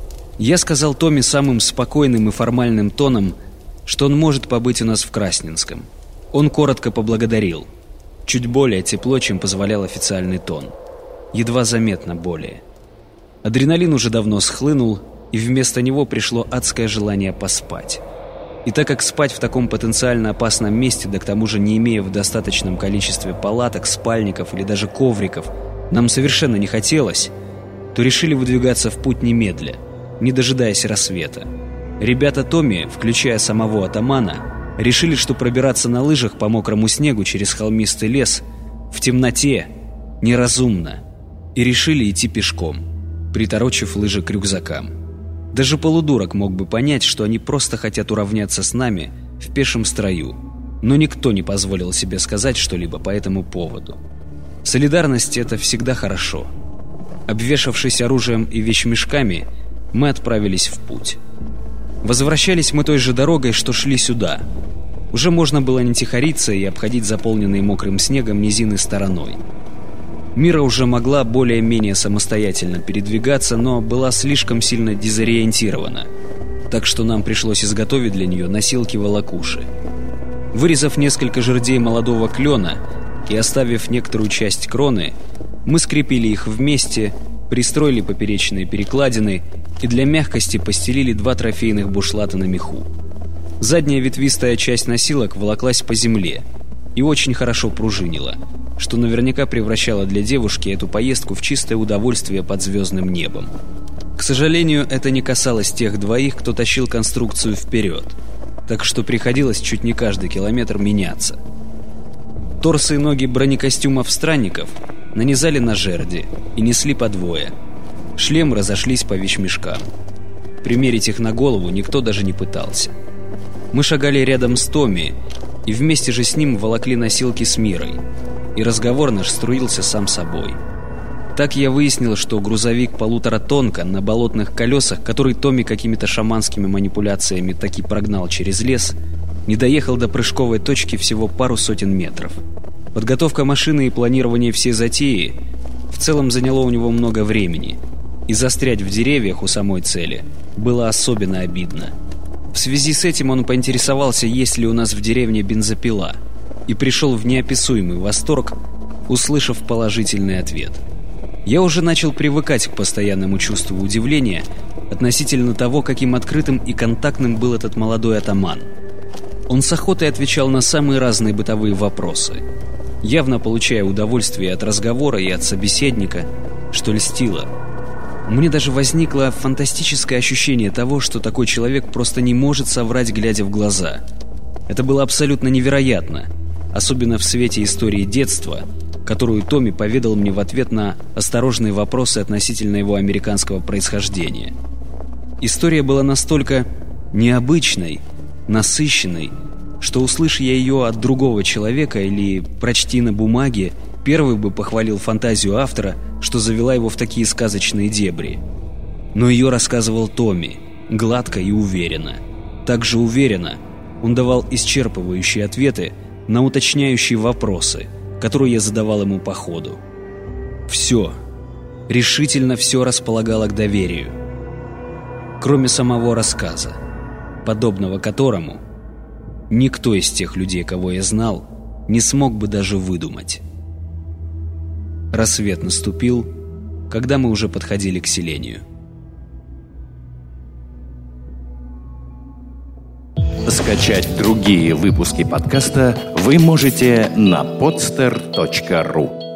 Я сказал Томе самым спокойным и формальным тоном, что он может побыть у нас в Красненском. Он коротко поблагодарил. Чуть более тепло, чем позволял официальный тон. Едва заметно более. Адреналин уже давно схлынул, и вместо него пришло адское желание поспать. И так как спать в таком потенциально опасном месте, да к тому же не имея в достаточном количестве палаток, спальников или даже ковриков, нам совершенно не хотелось, то решили выдвигаться в путь немедля, не дожидаясь рассвета. Ребята Томми, включая самого атамана, решили, что пробираться на лыжах по мокрому снегу через холмистый лес в темноте неразумно, и решили идти пешком, приторочив лыжи к рюкзакам. Даже полудурок мог бы понять, что они просто хотят уравняться с нами в пешем строю, но никто не позволил себе сказать что-либо по этому поводу. Солидарность – это всегда хорошо. Обвешавшись оружием и вещмешками, мы отправились в путь. Возвращались мы той же дорогой, что шли сюда. Уже можно было не тихориться и обходить заполненные мокрым снегом низины стороной. Мира уже могла более-менее самостоятельно передвигаться, но была слишком сильно дезориентирована, так что нам пришлось изготовить для нее носилки-волокуши. Вырезав несколько жердей молодого клена и оставив некоторую часть кроны, мы скрепили их вместе, пристроили поперечные перекладины и для мягкости постелили два трофейных бушлата на меху. Задняя ветвистая часть носилок волоклась по земле и очень хорошо пружинила, что наверняка превращало для девушки эту поездку в чистое удовольствие под звездным небом. К сожалению, это не касалось тех двоих, кто тащил конструкцию вперед, так что приходилось чуть не каждый километр меняться. Торсы и ноги бронекостюмов странников нанизали на жерди и несли по двое. Шлемы разошлись по вещмешкам. Примерить их на голову никто даже не пытался. Мы шагали рядом с Томми и вместе же с ним волокли носилки с Мирой, и разговор наш струился сам собой. Так я выяснил, что грузовик полуторатонка на болотных колесах, который Томми какими-то шаманскими манипуляциями таки прогнал через лес, не доехал до прыжковой точки всего пару сотен метров. Подготовка машины и планирование всей затеи в целом заняло у него много времени, и застрять в деревьях у самой цели было особенно обидно. В связи с этим он поинтересовался, есть ли у нас в деревне бензопила, и пришел в неописуемый восторг, услышав положительный ответ. Я уже начал привыкать к постоянному чувству удивления относительно того, каким открытым и контактным был этот молодой атаман. Он с охотой отвечал на самые разные бытовые вопросы, явно получая удовольствие от разговора и от собеседника, что льстило. Мне даже возникло фантастическое ощущение того, что такой человек просто не может соврать, глядя в глаза. Это было абсолютно невероятно, особенно в свете истории детства, которую Томми поведал мне в ответ на осторожные вопросы относительно его американского происхождения. История была настолько необычной, насыщенной, что, услышь я ее от другого человека или прочти на бумаге, первый бы похвалил фантазию автора, что завела его в такие сказочные дебри. Но ее рассказывал Томми, гладко и уверенно. Также уверенно он давал исчерпывающие ответы на уточняющие вопросы, которые я задавал ему по ходу. Все, решительно все располагало к доверию, кроме самого рассказа, подобного которому никто из тех людей, кого я знал, не смог бы даже выдумать. Рассвет наступил, когда мы уже подходили к селению. Скачать другие выпуски подкаста вы можете на podster точка ру.